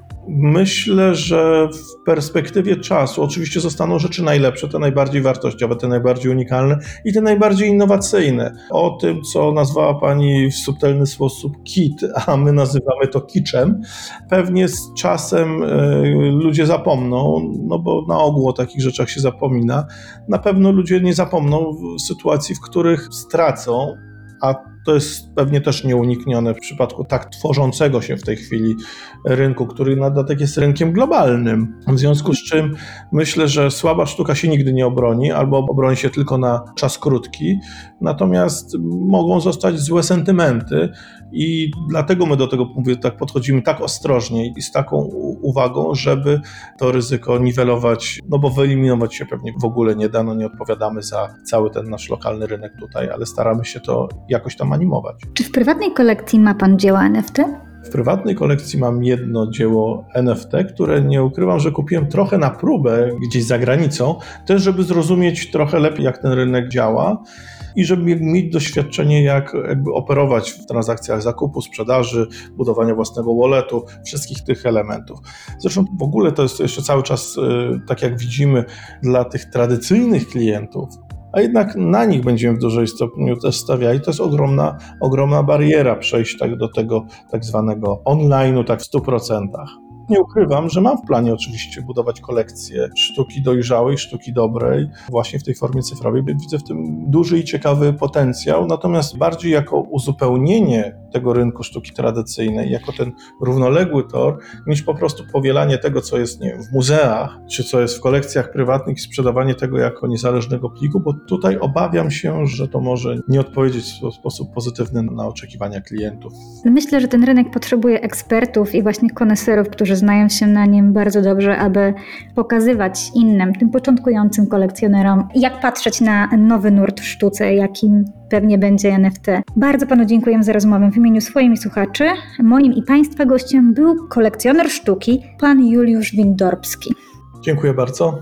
[SPEAKER 5] Myślę, że w perspektywie czasu oczywiście zostaną rzeczy najlepsze, te najbardziej wartościowe, te najbardziej unikalne i te najbardziej innowacyjne. O tym, co nazwała pani w subtelny sposób kit, a my nazywamy to kiczem, pewnie z czasem y, ludzie zapomną, no bo na ogół o takich rzeczach się zapomina. Na pewno ludzie nie zapomną w sytuacji, w których stracą, a to jest pewnie też nieuniknione w przypadku tak tworzącego się w tej chwili rynku, który na dodatek jest rynkiem globalnym. W związku z czym myślę, że słaba sztuka się nigdy nie obroni, albo obroni się tylko na czas krótki, natomiast mogą zostać złe sentymenty i dlatego my do tego, mówię, tak podchodzimy tak ostrożnie i z taką uwagą, żeby to ryzyko niwelować, no bo wyeliminować się pewnie w ogóle nie da, no nie odpowiadamy za cały ten nasz lokalny rynek tutaj, ale staramy się to jakoś tam animować.
[SPEAKER 2] Czy w prywatnej kolekcji ma pan dzieła N F T?
[SPEAKER 5] W prywatnej kolekcji mam jedno dzieło N F T, które nie ukrywam, że kupiłem trochę na próbę gdzieś za granicą, też żeby zrozumieć trochę lepiej, jak ten rynek działa i żeby mieć doświadczenie, jak jakby operować w transakcjach zakupu, sprzedaży, budowania własnego walletu, wszystkich tych elementów. Zresztą w ogóle to jest jeszcze cały czas, tak jak widzimy, dla tych tradycyjnych klientów, a jednak na nich będziemy w dużej stopniu też stawiali. To jest ogromna, ogromna bariera przejścia do tego tak zwanego online'u tak w stu procentach. Nie ukrywam, że mam w planie oczywiście budować kolekcję sztuki dojrzałej, sztuki dobrej, właśnie w tej formie cyfrowej. Widzę w tym duży i ciekawy potencjał, natomiast bardziej jako uzupełnienie tego rynku sztuki tradycyjnej, jako ten równoległy tor, niż po prostu powielanie tego, co jest, nie wiem, w muzeach, czy co jest w kolekcjach prywatnych i sprzedawanie tego jako niezależnego pliku, bo tutaj obawiam się, że to może nie odpowiedzieć w sposób pozytywny na oczekiwania klientów.
[SPEAKER 2] Myślę, że ten rynek potrzebuje ekspertów i właśnie koneserów, którzy znają się na nim bardzo dobrze, aby pokazywać innym, tym początkującym kolekcjonerom, jak patrzeć na nowy nurt w sztuce, jakim pewnie będzie N F T. Bardzo panu dziękuję za rozmowę w imieniu swoim i słuchaczy. Moim i państwa gościem był kolekcjoner sztuki, pan Juliusz Windorbski.
[SPEAKER 5] Dziękuję bardzo.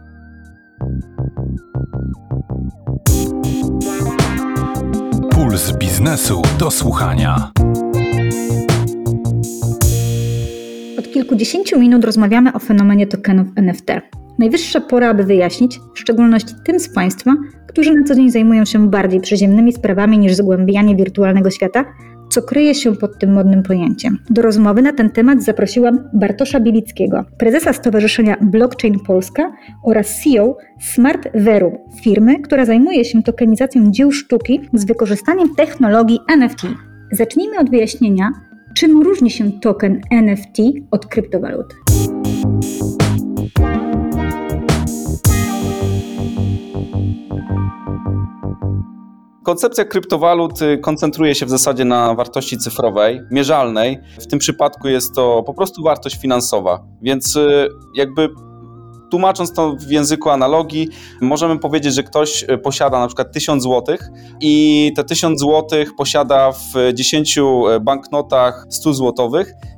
[SPEAKER 1] Puls biznesu do słuchania.
[SPEAKER 2] Od kilkudziesięciu minut rozmawiamy o fenomenie tokenów N F T. Najwyższa pora, aby wyjaśnić, w szczególności tym z Państwa, którzy na co dzień zajmują się bardziej przyziemnymi sprawami niż zgłębianie wirtualnego świata, co kryje się pod tym modnym pojęciem. Do rozmowy na ten temat zaprosiłam Bartosza Bielickiego, prezesa Stowarzyszenia Blockchain Polska oraz C E O Smart Verum, firmy, która zajmuje się tokenizacją dzieł sztuki z wykorzystaniem technologii N F T. Zacznijmy od wyjaśnienia, czym różni się token N F T od kryptowaluty.
[SPEAKER 6] Koncepcja kryptowalut koncentruje się w zasadzie na wartości cyfrowej, mierzalnej. W tym przypadku jest to po prostu wartość finansowa, więc jakby tłumacząc to w języku analogii, możemy powiedzieć, że ktoś posiada na przykład tysiąc złotych i te tysiąc złotych posiada w dziesięciu banknotach stu złotowych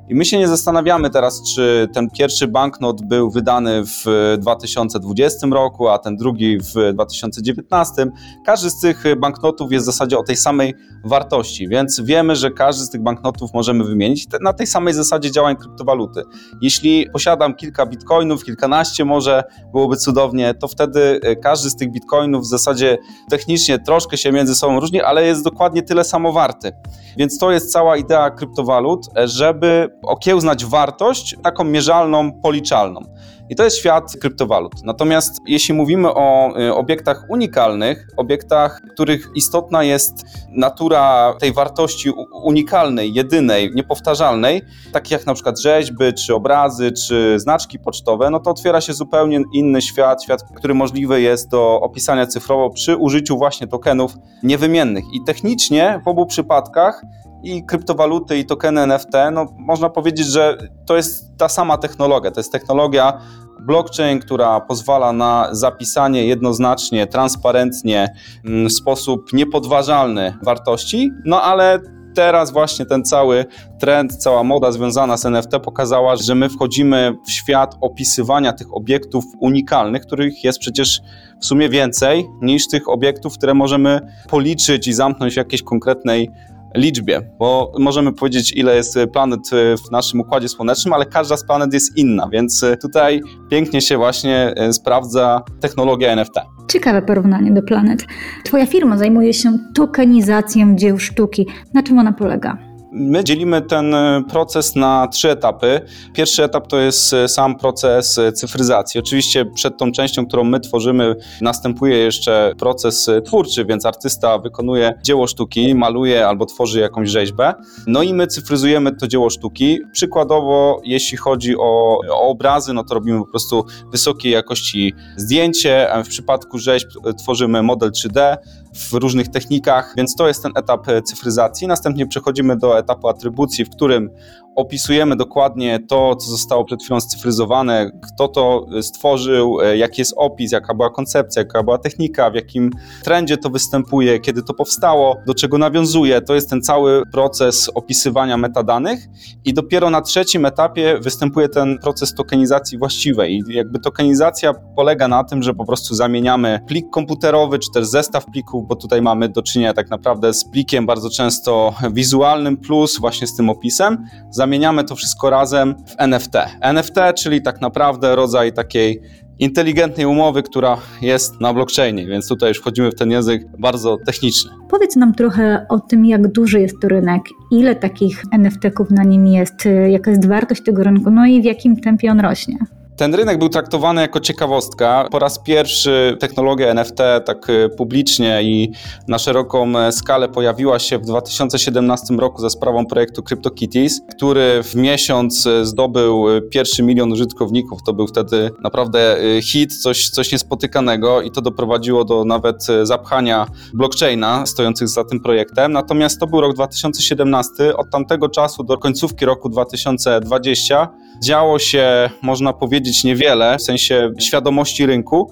[SPEAKER 6] I my się nie zastanawiamy teraz, czy ten pierwszy banknot był wydany w dwa tysiące dwudziestym roku, a ten drugi w dwa tysiące dziewiętnastym. Każdy z tych banknotów jest w zasadzie o tej samej wartości, więc wiemy, że każdy z tych banknotów możemy wymienić na tej samej zasadzie działań kryptowaluty. Jeśli posiadam kilka bitcoinów, kilkanaście może, byłoby cudownie, to wtedy każdy z tych bitcoinów w zasadzie technicznie troszkę się między sobą różni, ale jest dokładnie tyle samo warty. Więc to jest cała idea kryptowalut, żeby okiełznać wartość taką mierzalną, policzalną. I to jest świat kryptowalut. Natomiast jeśli mówimy o obiektach unikalnych, obiektach, których istotna jest natura tej wartości unikalnej, jedynej, niepowtarzalnej, takich jak na przykład rzeźby, czy obrazy, czy znaczki pocztowe, no to otwiera się zupełnie inny świat, świat, który możliwy jest do opisania cyfrowo przy użyciu właśnie tokenów niewymiennych. I technicznie w obu przypadkach i kryptowaluty, i tokeny N F T, no można powiedzieć, że to jest ta sama technologia. To jest technologia blockchain, która pozwala na zapisanie jednoznacznie, transparentnie, w sposób niepodważalny wartości, no ale teraz właśnie ten cały trend, cała moda związana z N F T pokazała, że my wchodzimy w świat opisywania tych obiektów unikalnych, których jest przecież w sumie więcej niż tych obiektów, które możemy policzyć i zamknąć w jakiejś konkretnej liczbie, bo możemy powiedzieć, ile jest planet w naszym Układzie Słonecznym, ale każda z planet jest inna, więc tutaj pięknie się właśnie sprawdza technologia N F T.
[SPEAKER 2] Ciekawe porównanie do planet. Twoja firma zajmuje się tokenizacją dzieł sztuki. Na czym ona polega?
[SPEAKER 6] My dzielimy ten proces na trzy etapy. Pierwszy etap to jest sam proces cyfryzacji. Oczywiście przed tą częścią, którą my tworzymy, następuje jeszcze proces twórczy, więc artysta wykonuje dzieło sztuki, maluje albo tworzy jakąś rzeźbę. No i my cyfryzujemy to dzieło sztuki. Przykładowo, jeśli chodzi o, o obrazy, no to robimy po prostu wysokiej jakości zdjęcie. W przypadku rzeźb tworzymy model trzy D w różnych technikach, więc to jest ten etap cyfryzacji. Następnie przechodzimy do etapu atrybucji, w którym opisujemy dokładnie to, co zostało przed chwilą scyfryzowane, kto to stworzył, jaki jest opis, jaka była koncepcja, jaka była technika, w jakim trendzie to występuje, kiedy to powstało, do czego nawiązuje. To jest ten cały proces opisywania metadanych i dopiero na trzecim etapie występuje ten proces tokenizacji właściwej. I jakby tokenizacja polega na tym, że po prostu zamieniamy plik komputerowy, czy też zestaw plików, bo tutaj mamy do czynienia tak naprawdę z plikiem bardzo często wizualnym plus właśnie z tym opisem. Zamieniamy to wszystko razem w N F T. N F T, czyli tak naprawdę rodzaj takiej inteligentnej umowy, która jest na blockchainie, więc tutaj już wchodzimy w ten język bardzo techniczny.
[SPEAKER 2] Powiedz nam trochę o tym, jak duży jest to rynek, ile takich N F T-ków na nim jest, jaka jest wartość tego rynku, no i w jakim tempie on rośnie.
[SPEAKER 6] Ten rynek był traktowany jako ciekawostka. Po raz pierwszy technologia N F T tak publicznie i na szeroką skalę pojawiła się w dwa tysiące siedemnastym roku za sprawą projektu CryptoKitties, który w miesiąc zdobył pierwszy milion użytkowników. To był wtedy naprawdę hit, coś, coś niespotykanego i to doprowadziło do nawet zapchania blockchaina stojących za tym projektem. Natomiast to był rok dwa tysiące siedemnasty. Od tamtego czasu do końcówki roku dwa tysiące dwudziestego działo się, można powiedzieć, niewiele w sensie świadomości rynku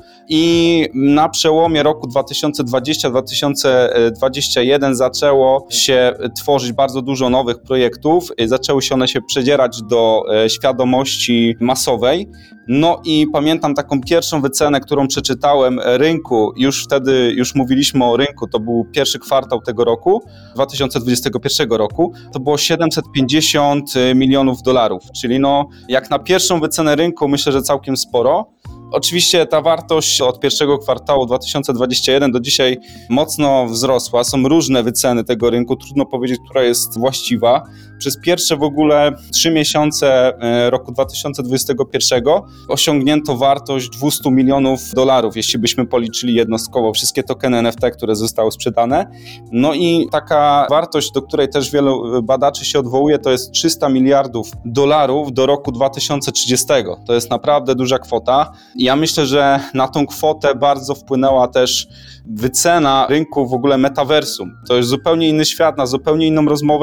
[SPEAKER 6] i na przełomie roku dwa tysiące dwudziestego do dwa tysiące dwudziestego pierwszego zaczęło się tworzyć bardzo dużo nowych projektów, zaczęły się one się przedzierać do świadomości masowej. No i pamiętam taką pierwszą wycenę, którą przeczytałem rynku, już wtedy już mówiliśmy o rynku, to był pierwszy kwartał tego roku, dwa tysiące dwudziestego pierwszego roku, to było siedemset pięćdziesiąt milionów dolarów, czyli no jak na pierwszą wycenę rynku myślę, że całkiem sporo. Oczywiście ta wartość od pierwszego kwartału dwa tysiące dwudziestego pierwszego do dzisiaj mocno wzrosła. Są różne wyceny tego rynku, trudno powiedzieć, która jest właściwa. Przez pierwsze w ogóle trzy miesiące roku dwa tysiące dwudziestego pierwszego osiągnięto wartość dwieście milionów dolarów, jeśli byśmy policzyli jednostkowo wszystkie tokeny N F T, które zostały sprzedane. No i taka wartość, do której też wielu badaczy się odwołuje, to jest trzysta miliardów dolarów do roku dwa tysiące trzydziestego. To jest naprawdę duża kwota. Ja myślę, że na tą kwotę bardzo wpłynęła też wycena rynku w ogóle metaversum. To jest zupełnie inny świat, na zupełnie inną rozmowę,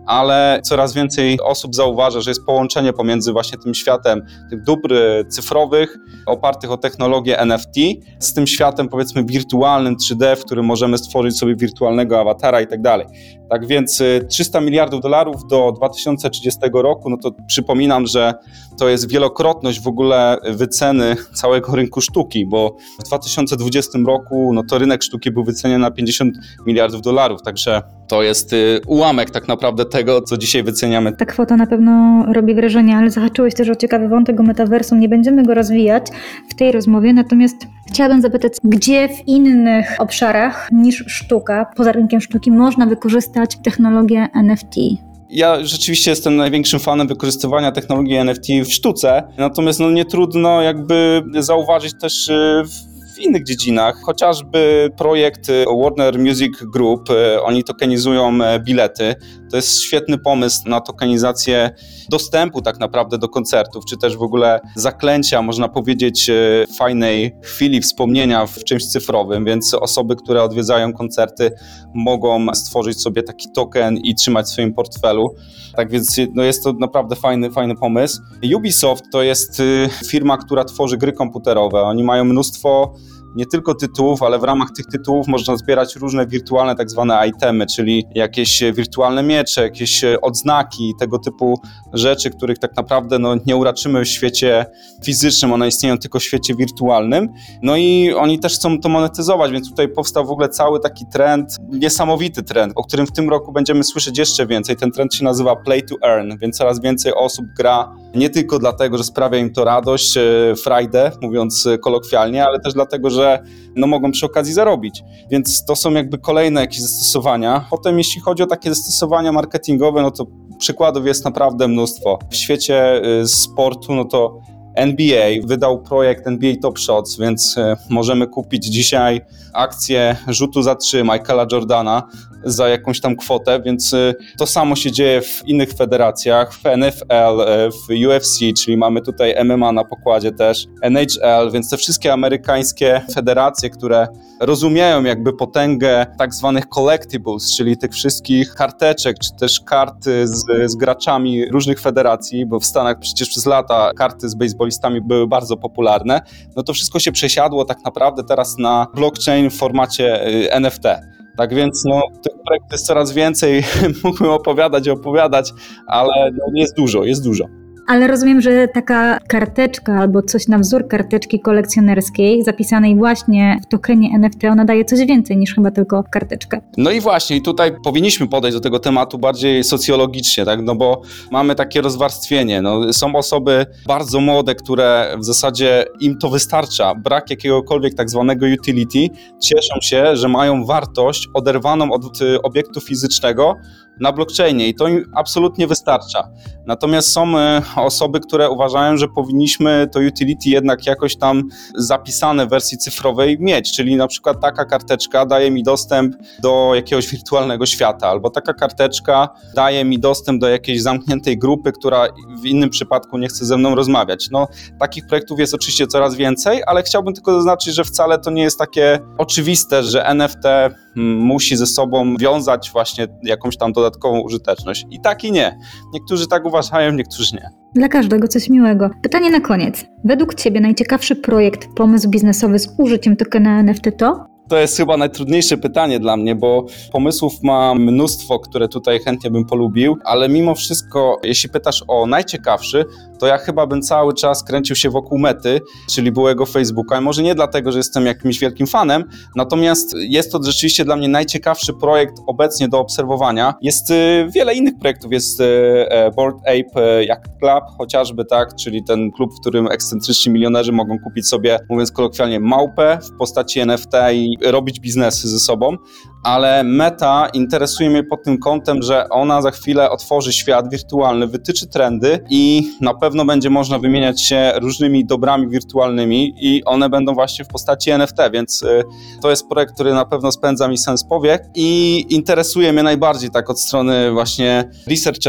[SPEAKER 6] ale coraz więcej osób zauważa, że jest połączenie pomiędzy właśnie tym światem tych dóbr cyfrowych, opartych o technologię N F T, z tym światem powiedzmy wirtualnym trzy D, w którym możemy stworzyć sobie wirtualnego awatara i tak dalej. Tak więc trzysta miliardów dolarów do dwa tysiące trzydziestego roku, no to przypominam, że to jest wielokrotność w ogóle wyceny całego rynku sztuki, bo w dwa tysiące dwudziestym roku no to rynek sztuki był wyceniony na pięćdziesiąt miliardów dolarów, także to jest ułamek tak naprawdę tego, co dzisiaj wyceniamy.
[SPEAKER 2] Ta kwota na pewno robi wrażenie, ale zahaczyłeś też o ciekawy wątek o metaversum. Nie będziemy go rozwijać w tej rozmowie, natomiast chciałabym zapytać, gdzie w innych obszarach niż sztuka, poza rynkiem sztuki, można wykorzystać technologię N F T?
[SPEAKER 6] Ja rzeczywiście jestem największym fanem wykorzystywania technologii N F T w sztuce, natomiast no nie trudno jakby zauważyć też w w innych dziedzinach, chociażby projekt Warner Music Group, oni tokenizują bilety. To jest świetny pomysł na tokenizację dostępu tak naprawdę do koncertów, czy też w ogóle zaklęcia, można powiedzieć, fajnej chwili wspomnienia w czymś cyfrowym, więc osoby, które odwiedzają koncerty, mogą stworzyć sobie taki token i trzymać w swoim portfelu. Tak więc no jest to naprawdę fajny, fajny pomysł. Ubisoft to jest firma, która tworzy gry komputerowe. Oni mają mnóstwo nie tylko tytułów, ale w ramach tych tytułów można zbierać różne wirtualne tak zwane itemy, czyli jakieś wirtualne miecze, jakieś odznaki, tego typu rzeczy, których tak naprawdę no, nie uraczymy w świecie fizycznym, one istnieją tylko w świecie wirtualnym. No i oni też chcą to monetyzować, więc tutaj powstał w ogóle cały taki trend, niesamowity trend, o którym w tym roku będziemy słyszeć jeszcze więcej. Ten trend się nazywa Play to Earn, więc coraz więcej osób gra nie tylko dlatego, że sprawia im to radość, frajdę, mówiąc kolokwialnie, ale też dlatego, że no mogą przy okazji zarobić. Więc to są jakby kolejne jakieś zastosowania. Potem jeśli chodzi o takie zastosowania marketingowe, no to przykładów jest naprawdę mnóstwo. W świecie sportu, no to N B A wydał projekt N B A Top Shots, więc możemy kupić dzisiaj akcję rzutu za trzy Michaela Jordana za jakąś tam kwotę, więc to samo się dzieje w innych federacjach, w N F L, w U F C, czyli mamy tutaj M M A na pokładzie też, N H L, więc te wszystkie amerykańskie federacje, które rozumieją jakby potęgę tak zwanych collectibles, czyli tych wszystkich karteczek, czy też kart z, z graczami różnych federacji, bo w Stanach przecież przez lata karty z baseballistami były bardzo popularne, no to wszystko się przesiadło tak naprawdę teraz na blockchain w formacie N F T. Tak więc no, tych projektów jest coraz więcej, mógłbym opowiadać i opowiadać, ale no, jest dużo, jest dużo.
[SPEAKER 2] Ale rozumiem, że taka karteczka albo coś na wzór karteczki kolekcjonerskiej zapisanej właśnie w tokenie N F T, ona daje coś więcej niż chyba tylko karteczkę.
[SPEAKER 6] No i właśnie, i tutaj powinniśmy podejść do tego tematu bardziej socjologicznie, tak? No bo mamy takie rozwarstwienie. No, są osoby bardzo młode, które w zasadzie im to wystarcza. Brak jakiegokolwiek tak zwanego utility. Cieszą się, że mają wartość oderwaną od obiektu fizycznego na blockchainie i to im absolutnie wystarcza. Natomiast są osoby, które uważają, że powinniśmy to utility jednak jakoś tam zapisane w wersji cyfrowej mieć, czyli na przykład taka karteczka daje mi dostęp do jakiegoś wirtualnego świata, albo taka karteczka daje mi dostęp do jakiejś zamkniętej grupy, która w innym przypadku nie chce ze mną rozmawiać. No, takich projektów jest oczywiście coraz więcej, ale chciałbym tylko zaznaczyć, że wcale to nie jest takie oczywiste, że N F T musi ze sobą wiązać właśnie jakąś tam dodatkową użyteczność. I tak i nie. Niektórzy tak uważają, niektórzy nie.
[SPEAKER 2] Dla każdego coś miłego. Pytanie na koniec. Według Ciebie najciekawszy projekt, pomysł biznesowy z użyciem tokena N F T to?
[SPEAKER 6] To jest chyba najtrudniejsze pytanie dla mnie, bo pomysłów mam mnóstwo, które tutaj chętnie bym polubił, ale mimo wszystko, jeśli pytasz o najciekawszy, to ja chyba bym cały czas kręcił się wokół Mety, czyli byłego Facebooka. I może nie dlatego, że jestem jakimś wielkim fanem, natomiast jest to rzeczywiście dla mnie najciekawszy projekt obecnie do obserwowania. Jest wiele innych projektów, jest Bored Ape Yacht Club chociażby, tak, czyli ten klub, w którym ekscentryczni milionerzy mogą kupić sobie, mówiąc kolokwialnie, małpę w postaci N F T i robić biznesy ze sobą, ale Meta interesuje mnie pod tym kątem, że ona za chwilę otworzy świat wirtualny, wytyczy trendy i na pewno będzie można wymieniać się różnymi dobrami wirtualnymi i one będą właśnie w postaci N F T, więc to jest projekt, który na pewno spędza mi sens powiek i interesuje mnie najbardziej tak od strony właśnie researchera.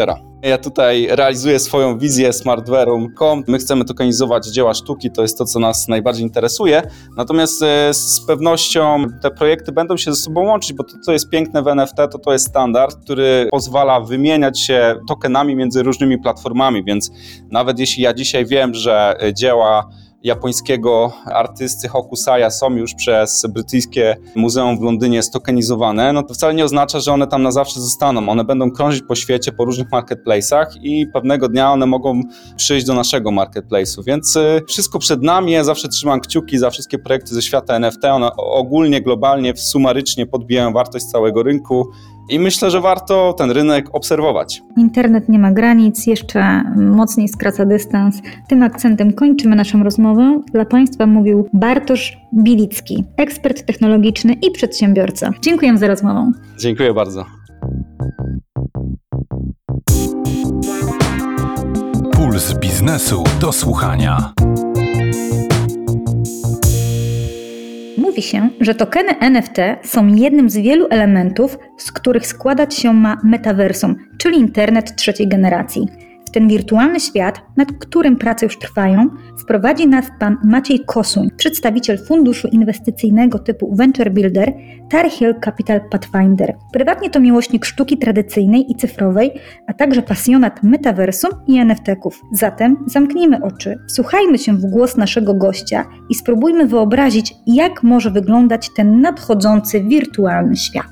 [SPEAKER 6] Ja tutaj realizuję swoją wizję smartware'um kropka com. My chcemy tokenizować dzieła sztuki, to jest to, co nas najbardziej interesuje. Natomiast z pewnością te projekty będą się ze sobą łączyć, bo to, co jest piękne w N F T, to to jest standard, który pozwala wymieniać się tokenami między różnymi platformami, więc nawet jeśli ja dzisiaj wiem, że dzieła japońskiego artysty Hokusaya są już przez brytyjskie muzeum w Londynie stokenizowane, no to wcale nie oznacza, że one tam na zawsze zostaną. One będą krążyć po świecie, po różnych marketplace'ach i pewnego dnia one mogą przyjść do naszego marketplace'u, więc wszystko przed nami. Ja zawsze trzymam kciuki za wszystkie projekty ze świata N F T. One ogólnie, globalnie, sumarycznie podbijają wartość całego rynku. I myślę, że warto ten rynek obserwować.
[SPEAKER 2] Internet nie ma granic, jeszcze mocniej skraca dystans. Tym akcentem kończymy naszą rozmowę. Dla Państwa mówił Bartosz Bilicki, ekspert technologiczny i przedsiębiorca. Dziękuję za rozmowę.
[SPEAKER 6] Dziękuję bardzo.
[SPEAKER 1] Puls biznesu do słuchania.
[SPEAKER 2] Mówi się, że tokeny N F T są jednym z wielu elementów, z których składać się ma metaversum, czyli internet trzeciej generacji. W ten wirtualny świat, nad którym prace już trwają, wprowadzi nas pan Maciej Kosuń, przedstawiciel funduszu inwestycyjnego typu Venture Builder Tar Heel Capital Pathfinder. Prywatnie to miłośnik sztuki tradycyjnej i cyfrowej, a także pasjonat metaversum i N F T-ków. Zatem zamknijmy oczy, wsłuchajmy się w głos naszego gościa i spróbujmy wyobrazić, jak może wyglądać ten nadchodzący wirtualny świat.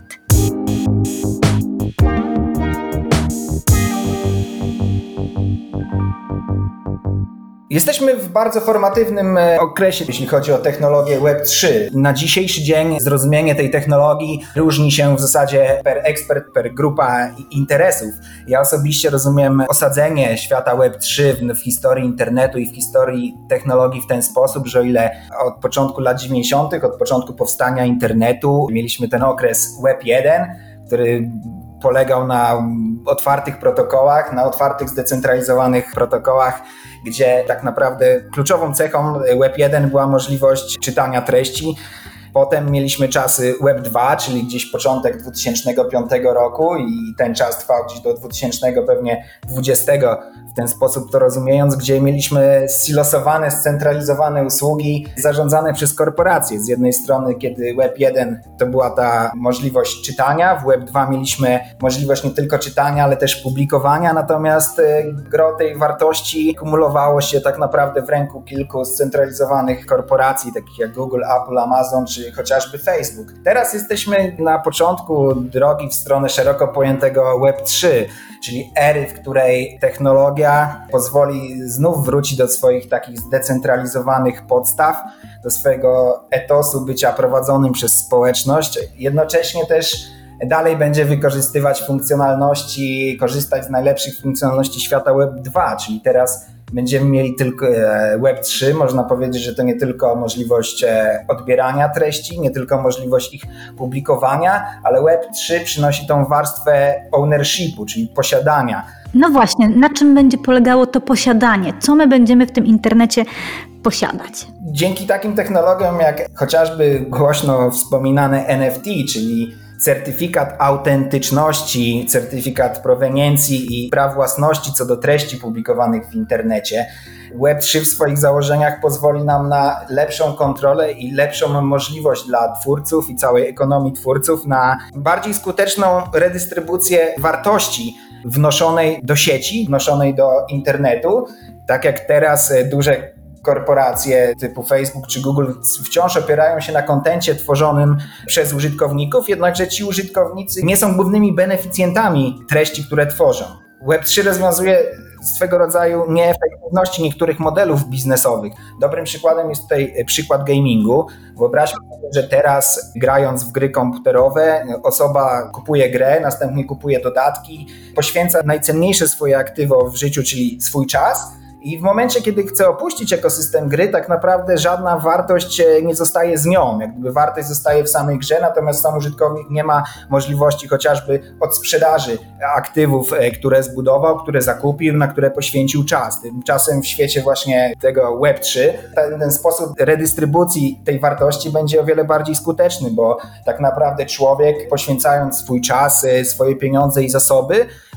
[SPEAKER 7] Jesteśmy w bardzo formatywnym okresie, jeśli chodzi o technologię Web trzy. Na dzisiejszy dzień zrozumienie tej technologii różni się w zasadzie per ekspert, per grupa interesów. Ja osobiście rozumiem osadzenie świata Web trzy w, w historii internetu i w historii technologii w ten sposób, że o ile od początku lat dziewięćdziesiątych, od początku powstania internetu mieliśmy ten okres Web jeden, który polegał na otwartych protokołach, na otwartych, zdecentralizowanych protokołach, gdzie tak naprawdę kluczową cechą Web jeden była możliwość czytania treści. Potem mieliśmy czasy Web dwa, czyli gdzieś początek dwutysięcznego piątego roku i ten czas trwał gdzieś do dwutysięcznego pewnie dwudziestego, w ten sposób to rozumiejąc, gdzie mieliśmy silosowane, scentralizowane usługi zarządzane przez korporacje. Z jednej strony, kiedy Web jeden to była ta możliwość czytania, w Web dwa mieliśmy możliwość nie tylko czytania, ale też publikowania, natomiast gro tej wartości kumulowało się tak naprawdę w ręku kilku scentralizowanych korporacji, takich jak Google, Apple, Amazon czy chociażby Facebook. Teraz jesteśmy na początku drogi w stronę szeroko pojętego Web trzy, czyli ery, w której technologia pozwoli znów wrócić do swoich takich zdecentralizowanych podstaw, do swojego etosu bycia prowadzonym przez społeczność. Jednocześnie też dalej będzie wykorzystywać funkcjonalności, korzystać z najlepszych funkcjonalności świata Web dwa, czyli teraz będziemy mieli tylko Web trzy, można powiedzieć, że to nie tylko możliwość odbierania treści, nie tylko możliwość ich publikowania, ale Web trzy przynosi tą warstwę ownershipu, czyli posiadania.
[SPEAKER 2] No właśnie, na czym będzie polegało to posiadanie? Co my będziemy w tym internecie posiadać?
[SPEAKER 7] Dzięki takim technologiom jak chociażby głośno wspominane N F T, czyli certyfikat autentyczności, certyfikat proweniencji i praw własności co do treści publikowanych w internecie. Web trzy w swoich założeniach pozwoli nam na lepszą kontrolę i lepszą możliwość dla twórców i całej ekonomii twórców na bardziej skuteczną redystrybucję wartości wnoszonej do sieci, wnoszonej do internetu. Tak jak teraz duże korporacje typu Facebook czy Google wciąż opierają się na kontencie tworzonym przez użytkowników, jednakże ci użytkownicy nie są głównymi beneficjentami treści, które tworzą. Web trzy rozwiązuje swego rodzaju nieefektywności niektórych modelów biznesowych. Dobrym przykładem jest tutaj przykład gamingu. Wyobraźmy sobie, że teraz grając w gry komputerowe osoba kupuje grę, następnie kupuje dodatki, poświęca najcenniejsze swoje aktywo w życiu, czyli swój czas. I w momencie, kiedy chce opuścić ekosystem gry, tak naprawdę żadna wartość nie zostaje z nią. Jakby wartość zostaje w samej grze, natomiast sam użytkownik nie ma możliwości chociażby odsprzedaży aktywów, które zbudował, które zakupił, na które poświęcił czas. Tymczasem w świecie właśnie tego Web trzy ten, ten sposób redystrybucji tej wartości będzie o wiele bardziej skuteczny, bo tak naprawdę człowiek, poświęcając swój czas, swoje pieniądze i zasoby,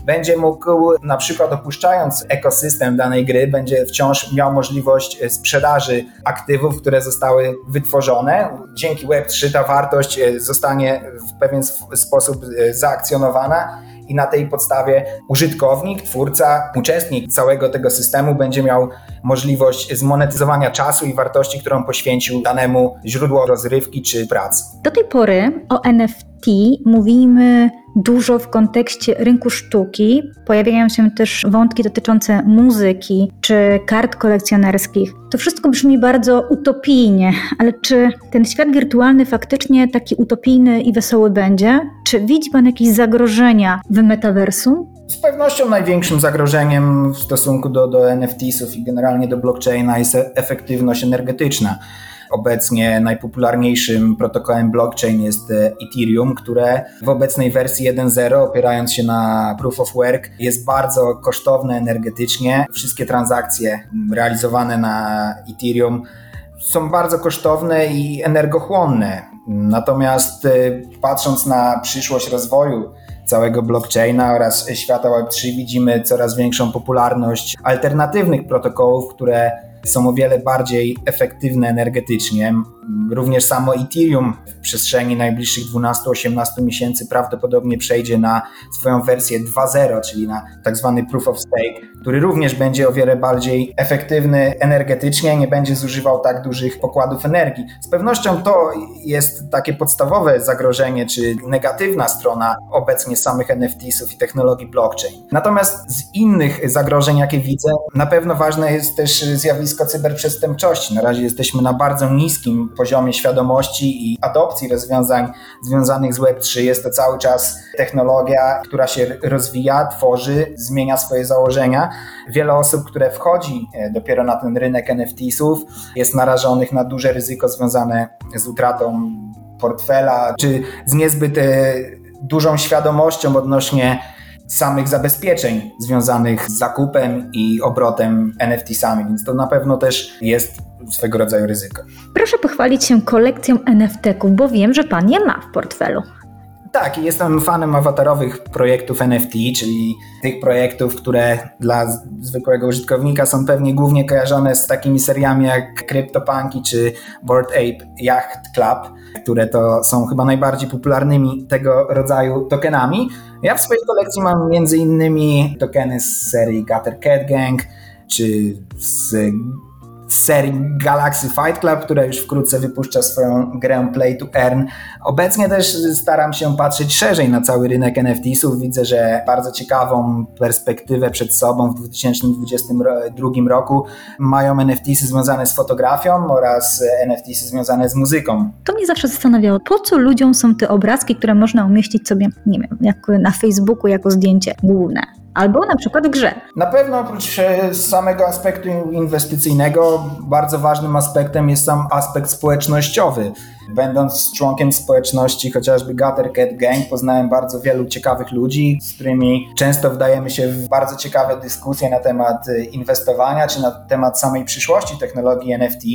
[SPEAKER 7] będzie mógł, na przykład opuszczając ekosystem danej gry, będzie wciąż miał możliwość sprzedaży aktywów, które zostały wytworzone. Dzięki web trzy ta wartość zostanie w pewien sposób zaakcjonowana i na tej podstawie użytkownik, twórca, uczestnik całego tego systemu będzie miał możliwość zmonetyzowania czasu i wartości, którą poświęcił danemu źródłu rozrywki czy pracy.
[SPEAKER 2] Do tej pory o N F T mówimy dużo w kontekście rynku sztuki. Pojawiają się też wątki dotyczące muzyki czy kart kolekcjonerskich. To wszystko brzmi bardzo utopijnie, ale czy ten świat wirtualny faktycznie taki utopijny i wesoły będzie? Czy widzi Pan jakieś zagrożenia w metaversum?
[SPEAKER 7] Z pewnością największym zagrożeniem w stosunku do, do N F T sów i generalnie do blockchaina jest efektywność energetyczna. Obecnie najpopularniejszym protokołem blockchain jest Ethereum, które w obecnej wersji jeden zero, opierając się na Proof of Work, jest bardzo kosztowne energetycznie. Wszystkie transakcje realizowane na Ethereum są bardzo kosztowne i energochłonne. Natomiast patrząc na przyszłość rozwoju całego blockchaina oraz świata web trzy, widzimy coraz większą popularność alternatywnych protokołów, które są o wiele bardziej efektywne energetycznie. Również samo Ethereum w przestrzeni najbliższych dwunastu do osiemnastu miesięcy prawdopodobnie przejdzie na swoją wersję dwa zero, czyli na tak zwany Proof of Stake, który również będzie o wiele bardziej efektywny energetycznie, nie będzie zużywał tak dużych pokładów energii. Z pewnością to jest takie podstawowe zagrożenie, czy negatywna strona obecnie samych N F T sów i technologii blockchain. Natomiast z innych zagrożeń, jakie widzę, na pewno ważne jest też zjawisko cyberprzestępczości. Na razie jesteśmy na bardzo niskim poziomie świadomości i adopcji rozwiązań związanych z web trzy. Jest to cały czas technologia, która się rozwija, tworzy, zmienia swoje założenia. Wiele osób, które wchodzi dopiero na ten rynek N F T sów, jest narażonych na duże ryzyko związane z utratą portfela, czy z niezbyt dużą świadomością odnośnie samych zabezpieczeń związanych z zakupem i obrotem N F T sami, więc to na pewno też jest swego rodzaju ryzyko.
[SPEAKER 2] Proszę pochwalić się kolekcją N F T ków, bo wiem, że Pan je ma w portfelu.
[SPEAKER 7] Tak, jestem fanem awatarowych projektów N F T, czyli tych projektów, które dla zwykłego użytkownika są pewnie głównie kojarzone z takimi seriami jak CryptoPunky czy Bored Ape Yacht Club, które to są chyba najbardziej popularnymi tego rodzaju tokenami. Ja w swojej kolekcji mam między innymi tokeny z serii Gutter Cat Gang czy z z serii Galaxy Fight Club, która już wkrótce wypuszcza swoją grę Play to Earn. Obecnie też staram się patrzeć szerzej na cały rynek N F T sów. Widzę, że bardzo ciekawą perspektywę przed sobą w dwa tysiące dwudziestym drugim roku mają N F T sy związane z fotografią oraz N F T sy związane z muzyką.
[SPEAKER 2] To mnie zawsze zastanawiało, po co ludziom są te obrazki, które można umieścić sobie, nie wiem, jak na Facebooku jako zdjęcie główne. Albo na przykład w grze.
[SPEAKER 7] Na pewno oprócz samego aspektu inwestycyjnego bardzo ważnym aspektem jest sam aspekt społecznościowy. Będąc członkiem społeczności chociażby Gutter Cat Gang, poznałem bardzo wielu ciekawych ludzi, z którymi często wdajemy się w bardzo ciekawe dyskusje na temat inwestowania czy na temat samej przyszłości technologii N F T.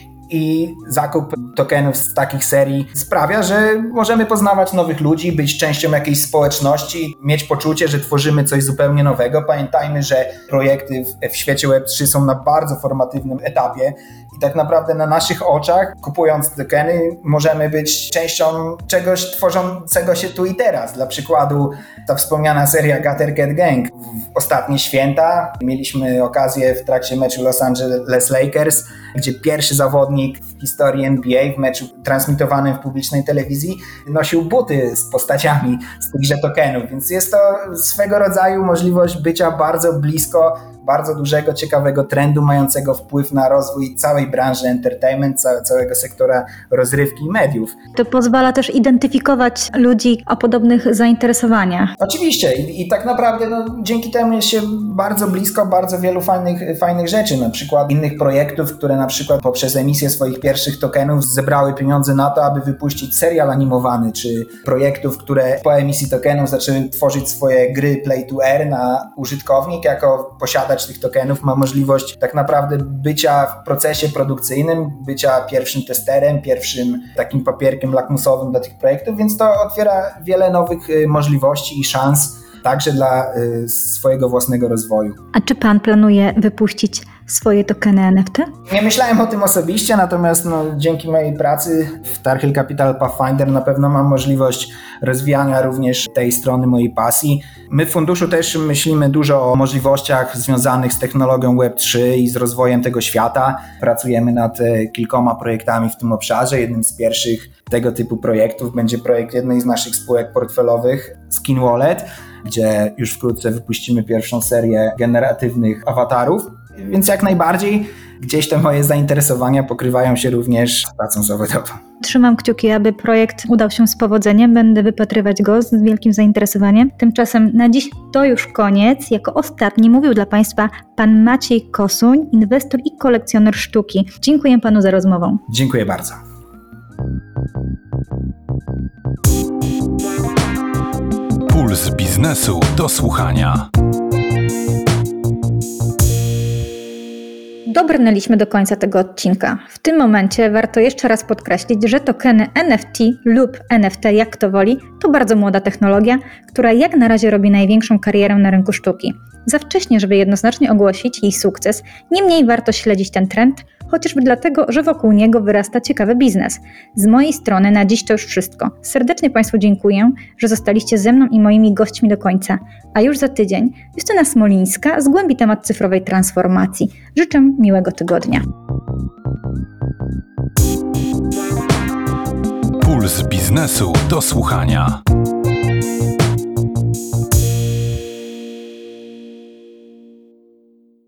[SPEAKER 7] I zakup tokenów z takich serii sprawia, że możemy poznawać nowych ludzi, być częścią jakiejś społeczności, mieć poczucie, że tworzymy coś zupełnie nowego. Pamiętajmy, że projekty w, w świecie web trzy są na bardzo formatywnym etapie i tak naprawdę na naszych oczach, kupując tokeny, możemy być częścią czegoś tworzącego się tu i teraz. Dla przykładu ta wspomniana seria Gutter Cat Gang. W ostatnie święta mieliśmy okazję w trakcie meczu Los Angeles Lakers, gdzie pierwszy zawodnik w historii N B A w meczu transmitowanym w publicznej telewizji nosił buty z postaciami z tychże tokenów, więc jest to swego rodzaju możliwość bycia bardzo blisko bardzo dużego, ciekawego trendu mającego wpływ na rozwój całej branży entertainment, całego sektora rozrywki i mediów.
[SPEAKER 2] To pozwala też identyfikować ludzi o podobnych zainteresowaniach.
[SPEAKER 7] Oczywiście i, i tak naprawdę no, dzięki temu jest się bardzo blisko bardzo wielu fajnych, fajnych rzeczy, na przykład innych projektów, które na przykład poprzez emisję swoich pierwszych tokenów zebrały pieniądze na to, aby wypuścić serial animowany, czy projektów, które po emisji tokenów zaczęły tworzyć swoje gry Play to Earn, a użytkownik jako posiadacz tych tokenów ma możliwość tak naprawdę bycia w procesie produkcyjnym, bycia pierwszym testerem, pierwszym takim papierkiem lakmusowym dla tych projektów, więc to otwiera wiele nowych możliwości i szans także dla y, swojego własnego rozwoju.
[SPEAKER 2] A czy pan planuje wypuścić swoje tokeny N F T?
[SPEAKER 7] Nie myślałem o tym osobiście, natomiast no, dzięki mojej pracy w Tar Heel Capital Pathfinder na pewno mam możliwość rozwijania również tej strony mojej pasji. My w funduszu też myślimy dużo o możliwościach związanych z technologią web trzy i z rozwojem tego świata. Pracujemy nad kilkoma projektami w tym obszarze. Jednym z pierwszych tego typu projektów będzie projekt jednej z naszych spółek portfelowych, Skin Wallet, gdzie już wkrótce wypuścimy pierwszą serię generatywnych awatarów. Więc jak najbardziej gdzieś te moje zainteresowania pokrywają się również z pracą zawodową.
[SPEAKER 2] Trzymam kciuki, aby projekt udał się z powodzeniem. Będę wypatrywać go z wielkim zainteresowaniem. Tymczasem na dziś to już koniec. Jako ostatni mówił dla Państwa pan Maciej Kosuń, inwestor i kolekcjoner sztuki. Dziękuję panu za rozmowę.
[SPEAKER 7] Dziękuję bardzo.
[SPEAKER 1] Puls biznesu do słuchania.
[SPEAKER 2] Dobrnęliśmy do końca tego odcinka. W tym momencie warto jeszcze raz podkreślić, że tokeny N F T lub N F T, jak kto woli, to bardzo młoda technologia, która jak na razie robi największą karierę na rynku sztuki. Za wcześnie, żeby jednoznacznie ogłosić jej sukces, niemniej warto śledzić ten trend, chociażby dlatego, że wokół niego wyrasta ciekawy biznes. Z mojej strony na dziś to już wszystko. Serdecznie Państwu dziękuję, że zostaliście ze mną i moimi gośćmi do końca. A już za tydzień Justyna Smolińska zgłębi temat cyfrowej transformacji. Życzę miłego tygodnia.
[SPEAKER 1] Puls biznesu do słuchania.